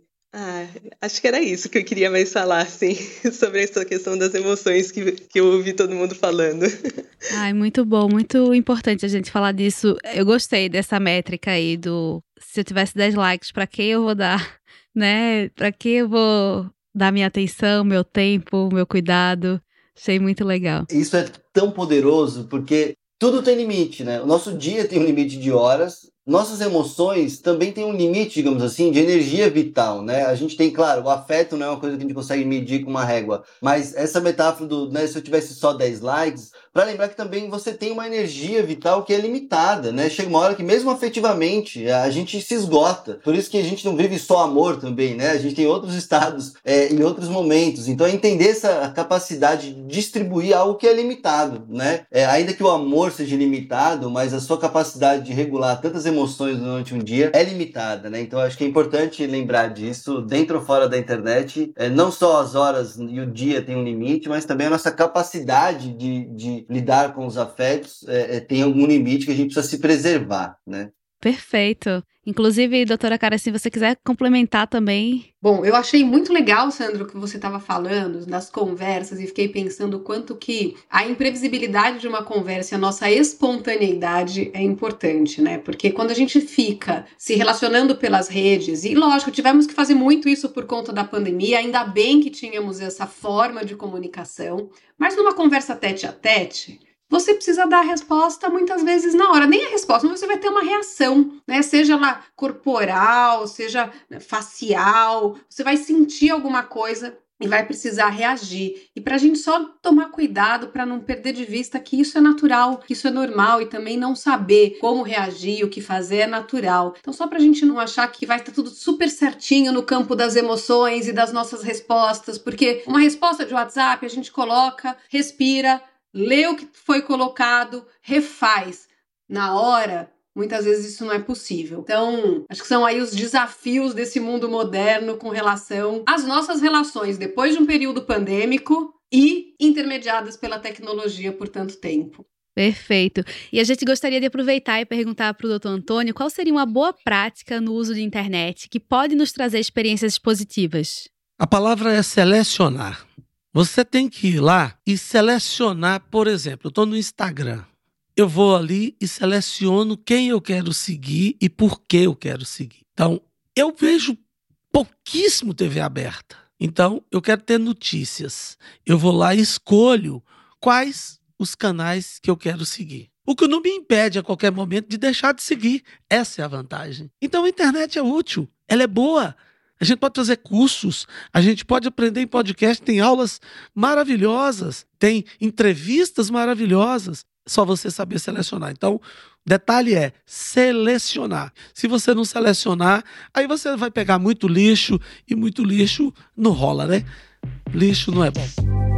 Acho que era isso que eu queria mais falar, assim, sobre essa questão das emoções que eu ouvi todo mundo falando. Ai, muito bom, muito importante a gente falar disso. Eu gostei dessa métrica aí do se eu tivesse 10 likes, para quem eu vou dar, né? Para quem eu vou dar minha atenção, meu tempo, meu cuidado. Achei muito legal. Isso é tão poderoso porque tudo tem limite, né? O nosso dia tem um limite de horas, nossas emoções também têm um limite, digamos assim, de energia vital, né? A gente tem, claro, o afeto não é uma coisa que a gente consegue medir com uma régua, mas essa metáfora do, né, se eu tivesse só 10 likes, para lembrar que também você tem uma energia vital que é limitada, né? Chega uma hora que mesmo afetivamente a gente se esgota. Por isso que a gente não vive só amor também, né? A gente tem outros estados em outros momentos. Então é entender essa capacidade de distribuir algo que é limitado, né? Ainda que o amor seja limitado, mas a sua capacidade de regular tantas emoções durante um dia é limitada, né? Então acho que é importante lembrar disso dentro ou fora da internet. Não só as horas e o dia tem um limite, mas também a nossa capacidade de lidar com os afetos tem algum limite que a gente precisa se preservar, né? Perfeito. Inclusive, doutora Cara, se você quiser complementar também. Bom, eu achei muito legal, Sandro, o que você estava falando das conversas e fiquei pensando o quanto que a imprevisibilidade de uma conversa e a nossa espontaneidade é importante, né? Porque quando a gente fica se relacionando pelas redes, e lógico, tivemos que fazer muito isso por conta da pandemia, ainda bem que tínhamos essa forma de comunicação, mas numa conversa tete a tete, você precisa dar a resposta muitas vezes na hora. Nem a resposta, mas você vai ter uma reação, né? Seja lá corporal, seja facial, você vai sentir alguma coisa e vai precisar reagir. E para a gente só tomar cuidado para não perder de vista que isso é natural, que isso é normal e também não saber como reagir, o que fazer é natural. Então só para a gente não achar que vai estar tudo super certinho no campo das emoções e das nossas respostas, porque uma resposta de WhatsApp a gente coloca, respira, lê o que foi colocado, refaz. Na hora, muitas vezes isso não é possível. Então, acho que são aí os desafios desse mundo moderno com relação às nossas relações depois de um período pandêmico e intermediadas pela tecnologia por tanto tempo. Perfeito. E a gente gostaria de aproveitar e perguntar para o Dr. Antônio qual seria uma boa prática no uso de internet que pode nos trazer experiências positivas. A palavra é selecionar. Você tem que ir lá e selecionar, por exemplo, eu estou no Instagram. Eu vou ali e seleciono quem eu quero seguir e por que eu quero seguir. Então, eu vejo pouquíssimo TV aberta. Então, eu quero ter notícias. Eu vou lá e escolho quais os canais que eu quero seguir. O que não me impede a qualquer momento de deixar de seguir. Essa é a vantagem. Então, a internet é útil, ela é boa. A gente pode fazer cursos, a gente pode aprender em podcast, tem aulas maravilhosas, tem entrevistas maravilhosas, só você saber selecionar. Então, o detalhe é selecionar. Se você não selecionar, aí você vai pegar muito lixo, e muito lixo não rola, né? Lixo não é bom.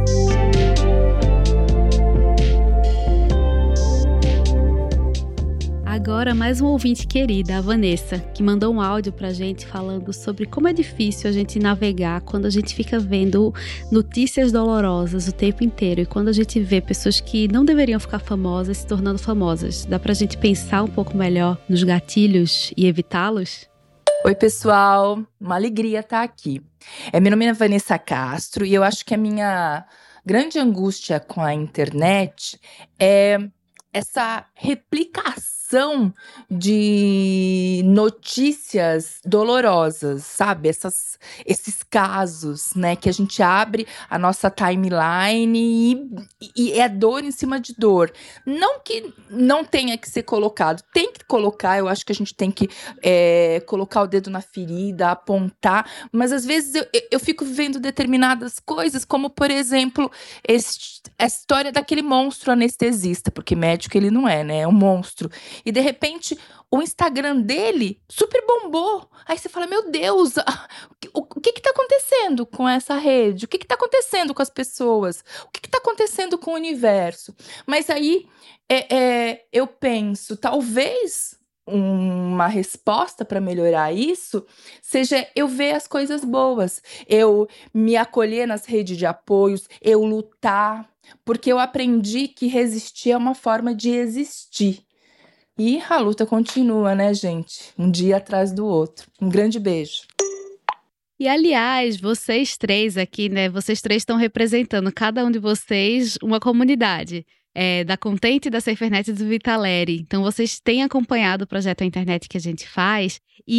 Agora, mais uma ouvinte querida, a Vanessa, que mandou um áudio pra gente falando sobre como é difícil a gente navegar quando a gente fica vendo notícias dolorosas o tempo inteiro e quando a gente vê pessoas que não deveriam ficar famosas se tornando famosas. Dá pra gente pensar um pouco melhor nos gatilhos e evitá-los? Oi, pessoal. Uma alegria estar aqui. Meu nome é Vanessa Castro e eu acho que a minha grande angústia com a internet é essa replicação de notícias dolorosas, sabe? Esses casos, né? Que a gente abre a nossa timeline e é dor em cima de dor. Não que não tenha que ser colocado, tem que colocar, eu acho que a gente tem que colocar o dedo na ferida, apontar, mas às vezes eu fico vendo determinadas coisas, como por exemplo, a história daquele monstro anestesista, porque médico ele não é, né? É um monstro. E de repente o Instagram dele super bombou. Aí você fala, meu Deus, o que tá acontecendo com essa rede? O que tá acontecendo com as pessoas? O que tá acontecendo com o universo? Mas aí eu penso, talvez uma resposta para melhorar isso seja eu ver as coisas boas, eu me acolher nas redes de apoios, eu lutar, porque eu aprendi que resistir é uma forma de existir. E a luta continua, né, gente? Um dia atrás do outro. Um grande beijo. E, aliás, vocês três aqui, né? Vocês três estão representando, cada um de vocês, uma comunidade. Da Contente, da SaferNet e do Vitaleri. Então, vocês têm acompanhado o projeto A Internet que a gente faz.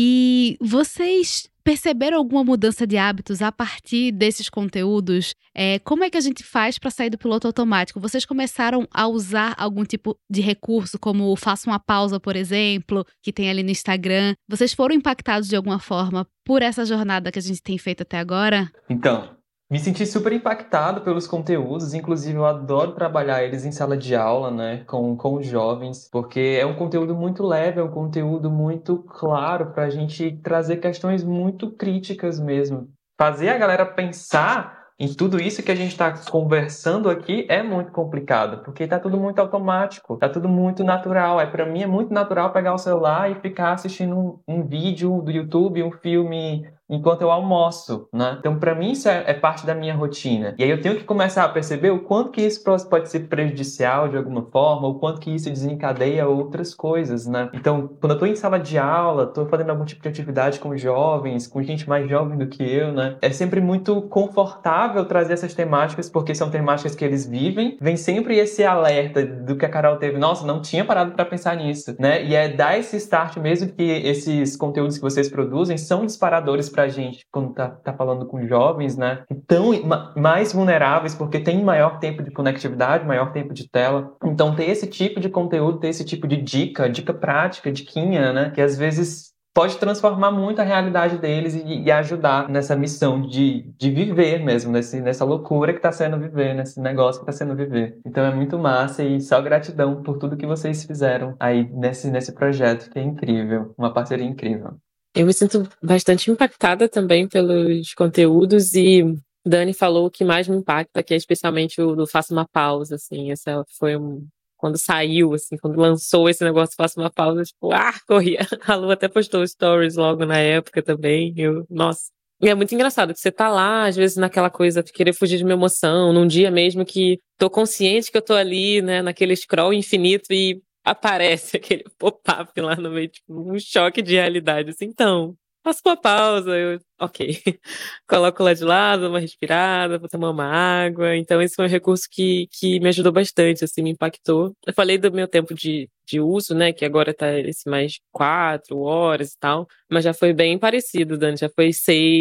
E vocês perceberam alguma mudança de hábitos a partir desses conteúdos? Como é que a gente faz para sair do piloto automático? Vocês começaram a usar algum tipo de recurso, como o Faça uma Pausa, por exemplo, que tem ali no Instagram. Vocês foram impactados de alguma forma por essa jornada que a gente tem feito até agora? Então, me senti super impactado pelos conteúdos, inclusive eu adoro trabalhar eles em sala de aula, né, com os jovens, porque é um conteúdo muito leve, é um conteúdo muito claro para a gente trazer questões muito críticas mesmo. Fazer a galera pensar em tudo isso que a gente está conversando aqui é muito complicado, porque está tudo muito automático, está tudo muito natural. Para mim é muito natural pegar o celular e ficar assistindo um vídeo do YouTube, um filme enquanto eu almoço, né? Então, para mim, isso é parte da minha rotina. E aí eu tenho que começar a perceber o quanto que isso pode ser prejudicial de alguma forma, o quanto que isso desencadeia outras coisas, né? Então, quando eu tô em sala de aula, tô fazendo algum tipo de atividade com jovens, com gente mais jovem do que eu, né? É sempre muito confortável trazer essas temáticas, porque são temáticas que eles vivem. Vem sempre esse alerta do que a Carol teve. Nossa, não tinha parado para pensar nisso, né? E é dar esse start mesmo que esses conteúdos que vocês produzem são disparadores pra gente, quando tá falando com jovens, né, que estão mais vulneráveis, porque tem maior tempo de conectividade, maior tempo de tela. Então, ter esse tipo de conteúdo, ter esse tipo de dica prática, diquinha, né, que às vezes pode transformar muito a realidade deles e ajudar nessa missão de viver mesmo, nessa loucura que está sendo viver, nesse negócio que está sendo viver. Então é muito massa e só gratidão por tudo que vocês fizeram aí nesse projeto, que é incrível, uma parceria incrível. Eu me sinto bastante impactada também pelos conteúdos e Dani falou o que mais me impacta, que é especialmente o do Faça uma Pausa, assim, essa foi quando saiu, assim, quando lançou esse negócio Faça uma Pausa, tipo, corria. A Lu até postou stories logo na época também, nossa. E é muito engraçado que você tá lá, às vezes naquela coisa de querer fugir de uma emoção, num dia mesmo que tô consciente que eu tô ali, né, naquele scroll infinito e aparece aquele pop-up lá no meio, tipo, um choque de realidade, assim, então, faço uma pausa, ok, coloco lá de lado, uma respirada, vou tomar uma água, então esse foi um recurso que me ajudou bastante, assim, me impactou. Eu falei do meu tempo de uso, né, que agora tá esse mais 4 horas e tal, mas já foi bem parecido, Dani, já foi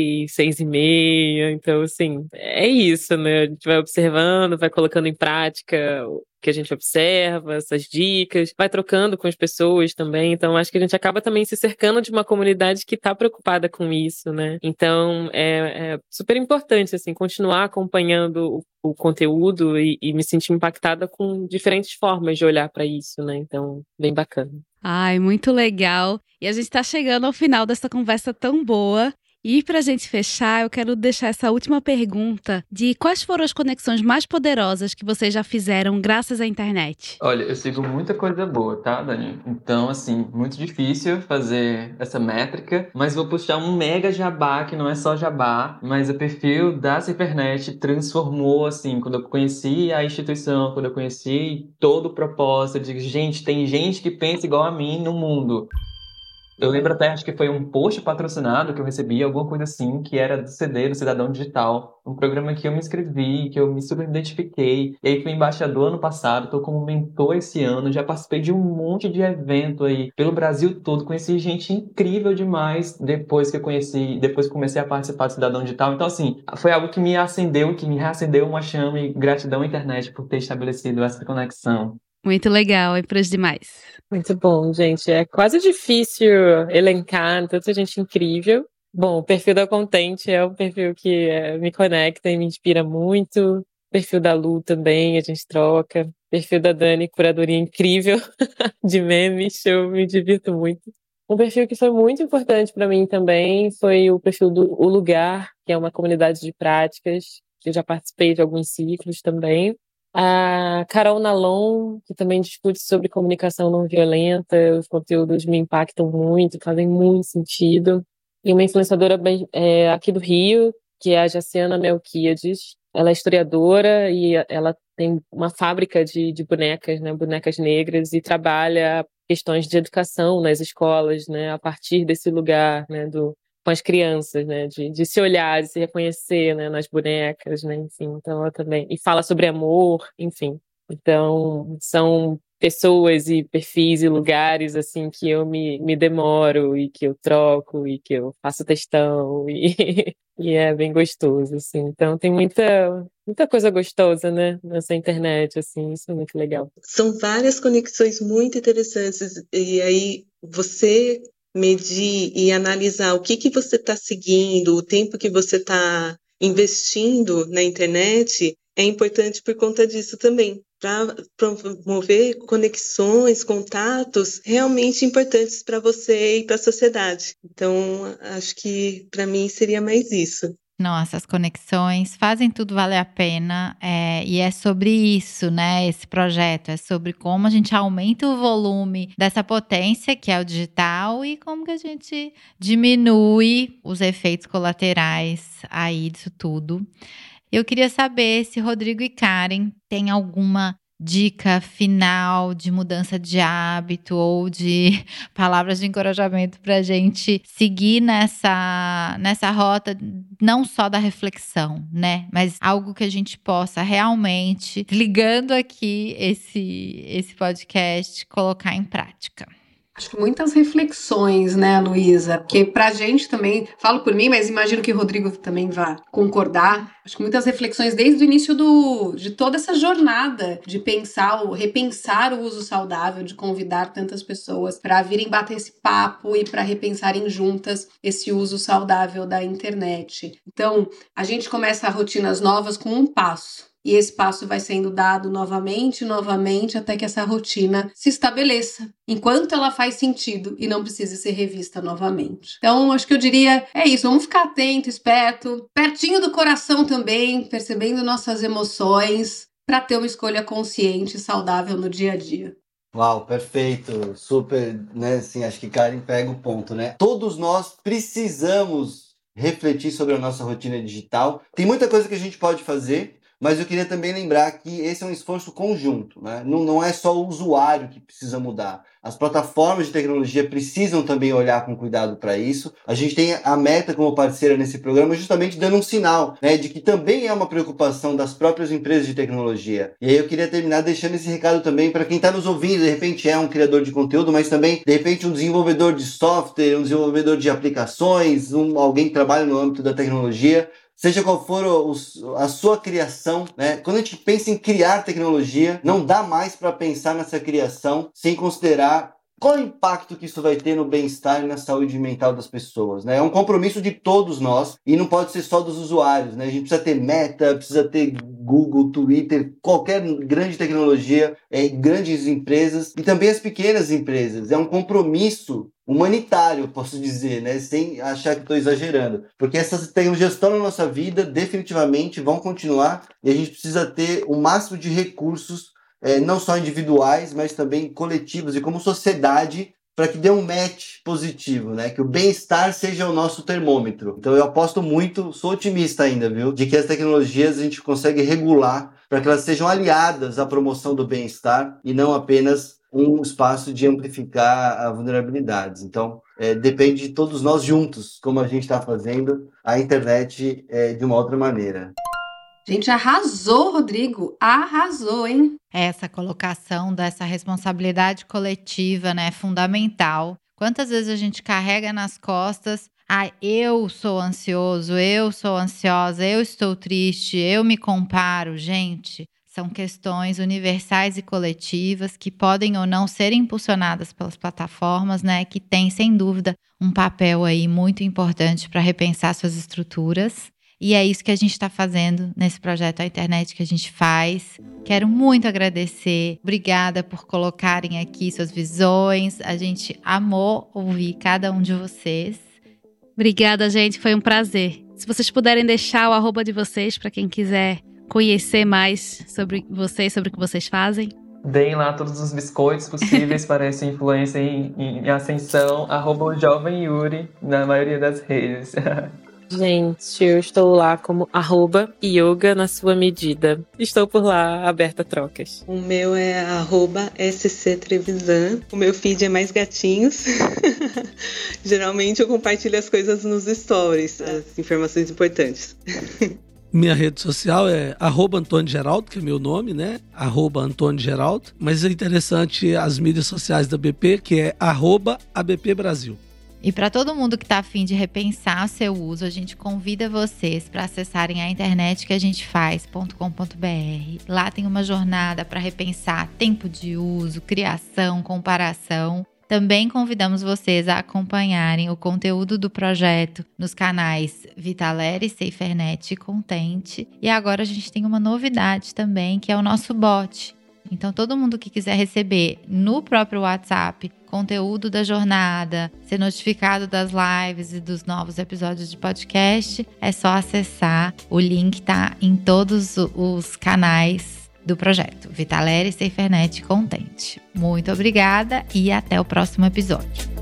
6h30, então, assim, é isso, né, a gente vai observando, vai colocando em prática que a gente observa, essas dicas, vai trocando com as pessoas também, então acho que a gente acaba também se cercando de uma comunidade que está preocupada com isso, né? Então é super importante, assim, continuar acompanhando o conteúdo e me sentir impactada com diferentes formas de olhar para isso, né? Então, bem bacana. Ai, muito legal. E a gente está chegando ao final dessa conversa tão boa. E para a gente fechar, eu quero deixar essa última pergunta de quais foram as conexões mais poderosas que vocês já fizeram graças à internet? Olha, eu sigo muita coisa boa, tá, Dani? Então, assim, muito difícil fazer essa métrica, mas vou puxar um mega jabá, que não é só jabá, mas o perfil da SaferNet transformou, assim, quando eu conheci a instituição, quando eu conheci todo o propósito de, gente, tem gente que pensa igual a mim no mundo. Eu lembro até, acho que foi um post patrocinado que eu recebi, alguma coisa assim, que era do CD, do Cidadão Digital. Um programa que eu me inscrevi, que eu me super identifiquei. E aí fui embaixador ano passado, tô como mentor esse ano, já participei de um monte de evento aí pelo Brasil todo. Conheci gente incrível demais depois que comecei a participar do Cidadão Digital. Então, assim, foi algo que me acendeu, que me reacendeu uma chama, e gratidão à internet por ter estabelecido essa conexão. Muito legal, é pros demais. Muito bom, gente. É quase difícil elencar tanta gente incrível. Bom, o perfil da Contente é um perfil que me conecta e me inspira muito. O perfil da Lu também, a gente troca. O perfil da Dani, curadoria incrível de memes, eu me divirto muito. Um perfil que foi muito importante para mim também foi o perfil do O Lugar, que é uma comunidade de práticas. Eu já participei de alguns ciclos também. A Carol Nalon, que também discute sobre comunicação não violenta, os conteúdos me impactam muito, fazem muito sentido. E uma influenciadora aqui do Rio, que é a Jaciana Melquiades. Ela é historiadora e ela tem uma fábrica de bonecas, né, bonecas negras, e trabalha questões de educação nas escolas, né, a partir desse lugar, né, com as crianças, né, de se olhar, de se reconhecer, né, nas bonecas, né, enfim, então ela também, e fala sobre amor, enfim, então são pessoas e perfis e lugares, assim, que eu me demoro e que eu troco e que eu faço textão e, e é bem gostoso, assim, então tem muita coisa gostosa, né, nessa internet, assim, isso é muito legal. São várias conexões muito interessantes, e aí você medir e analisar o que você está seguindo, o tempo que você está investindo na internet é importante por conta disso também, para promover conexões, contatos realmente importantes para você e para a sociedade. Então, acho que para mim seria mais isso. Nossa, as conexões fazem tudo valer a pena, e é sobre isso, né? Esse projeto é sobre como a gente aumenta o volume dessa potência que é o digital e como que a gente diminui os efeitos colaterais aí disso tudo. Eu queria saber se Rodrigo e Karen têm alguma dica final de mudança de hábito ou de palavras de encorajamento para a gente seguir nessa rota, não só da reflexão, né? Mas algo que a gente possa realmente, ligando aqui esse podcast, colocar em prática. Acho que muitas reflexões, né, Luísa? Porque pra gente também, falo por mim, mas imagino que o Rodrigo também vai concordar. Acho que muitas reflexões desde o início de toda essa jornada de repensar o uso saudável, de convidar tantas pessoas para virem bater esse papo e para repensarem juntas esse uso saudável da internet. Então, a gente começa rotinas novas com um passo. E esse passo vai sendo dado novamente, até que essa rotina se estabeleça, enquanto ela faz sentido e não precisa ser revista novamente. Então, acho que eu diria, é isso, vamos ficar atento, esperto, pertinho do coração também, percebendo nossas emoções, para ter uma escolha consciente e saudável no dia a dia. Uau, perfeito, super, né, assim, acho que Karen pega o ponto, né? Todos nós precisamos refletir sobre a nossa rotina digital. Tem muita coisa que a gente pode fazer, mas eu queria também lembrar que esse é um esforço conjunto, né? Não é só o usuário que precisa mudar. As plataformas de tecnologia precisam também olhar com cuidado para isso. A gente tem a Meta como parceira nesse programa justamente dando um sinal, né, de que também é uma preocupação das próprias empresas de tecnologia. E aí eu queria terminar deixando esse recado também para quem está nos ouvindo, de repente é um criador de conteúdo, mas também, de repente, um desenvolvedor de software, um desenvolvedor de aplicações, alguém que trabalha no âmbito da tecnologia. Seja qual for a sua criação, né? Quando a gente pensa em criar tecnologia, não dá mais para pensar nessa criação sem considerar qual é o impacto que isso vai ter no bem-estar e na saúde mental das pessoas, né? É um compromisso de todos nós e não pode ser só dos usuários, né? A gente precisa ter Meta, precisa ter Google, Twitter, qualquer grande tecnologia, grandes empresas e também as pequenas empresas. É um compromisso humanitário, posso dizer, né? Sem achar que estou exagerando. Porque essas tecnologias estão na nossa vida, definitivamente vão continuar e a gente precisa ter o máximo de recursos, não só individuais, mas também coletivos e como sociedade, para que dê um match positivo, né? Que o bem-estar seja o nosso termômetro. Então eu aposto muito, sou otimista ainda, viu? De que as tecnologias a gente consegue regular para que elas sejam aliadas à promoção do bem-estar e não apenas um espaço de amplificar vulnerabilidades. Então, depende de todos nós juntos, como a gente está fazendo a internet de uma outra maneira. Gente, arrasou, Rodrigo. Arrasou, hein? Essa colocação dessa responsabilidade coletiva, né, é fundamental. Quantas vezes a gente carrega nas costas, eu sou ansioso, eu sou ansiosa, eu estou triste, eu me comparo. Gente, são questões universais e coletivas que podem ou não ser impulsionadas pelas plataformas, né, que tem, sem dúvida, um papel aí muito importante para repensar suas estruturas. E é isso que a gente está fazendo nesse projeto A Internet que a gente faz. Quero muito agradecer. Obrigada por colocarem aqui suas visões. A gente amou ouvir cada um de vocês. Obrigada, gente. Foi um prazer. Se vocês puderem deixar o @ de vocês para quem quiser conhecer mais sobre vocês, sobre o que vocês fazem. Deem lá todos os biscoitos possíveis para essa influência em ascensão. @JovemYuri na maioria das redes. Gente, eu estou lá como @yoga na sua medida. Estou por lá, aberta a trocas. O meu é @sctrevisan. O meu feed é mais gatinhos. Geralmente eu compartilho as coisas nos stories, as informações importantes. Minha rede social é @Antônio Geraldo, que é meu nome, né? @Antônio Geraldo. Mas é interessante as mídias sociais da BP, que é @ABP Brasil. E para todo mundo que está a fim de repensar o seu uso, a gente convida vocês para acessarem a internet que a gente faz.com.br. Lá tem uma jornada para repensar tempo de uso, criação, comparação. Também convidamos vocês a acompanharem o conteúdo do projeto nos canais Vitaleri, SaferNet e Contente. E agora a gente tem uma novidade também, que é o nosso bot. Então, todo mundo que quiser receber no próprio WhatsApp conteúdo da jornada, ser notificado das lives e dos novos episódios de podcast, é só acessar. O link tá em todos os canais do projeto Vitaleri, SaferNet e Contente. Muito obrigada e até o próximo episódio.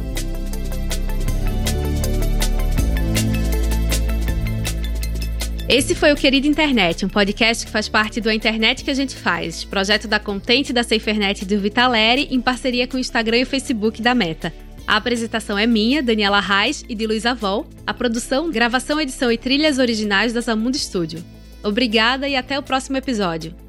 Esse foi o Querido Internet, um podcast que faz parte do A Internet que a gente faz, projeto da Contente, da SaferNet e do Vitaleri, em parceria com o Instagram e o Facebook da Meta. A apresentação é minha, Daniela Reis, e de Luísa Vol. A produção, gravação, edição e trilhas originais da Zamundo Studio. Obrigada e até o próximo episódio.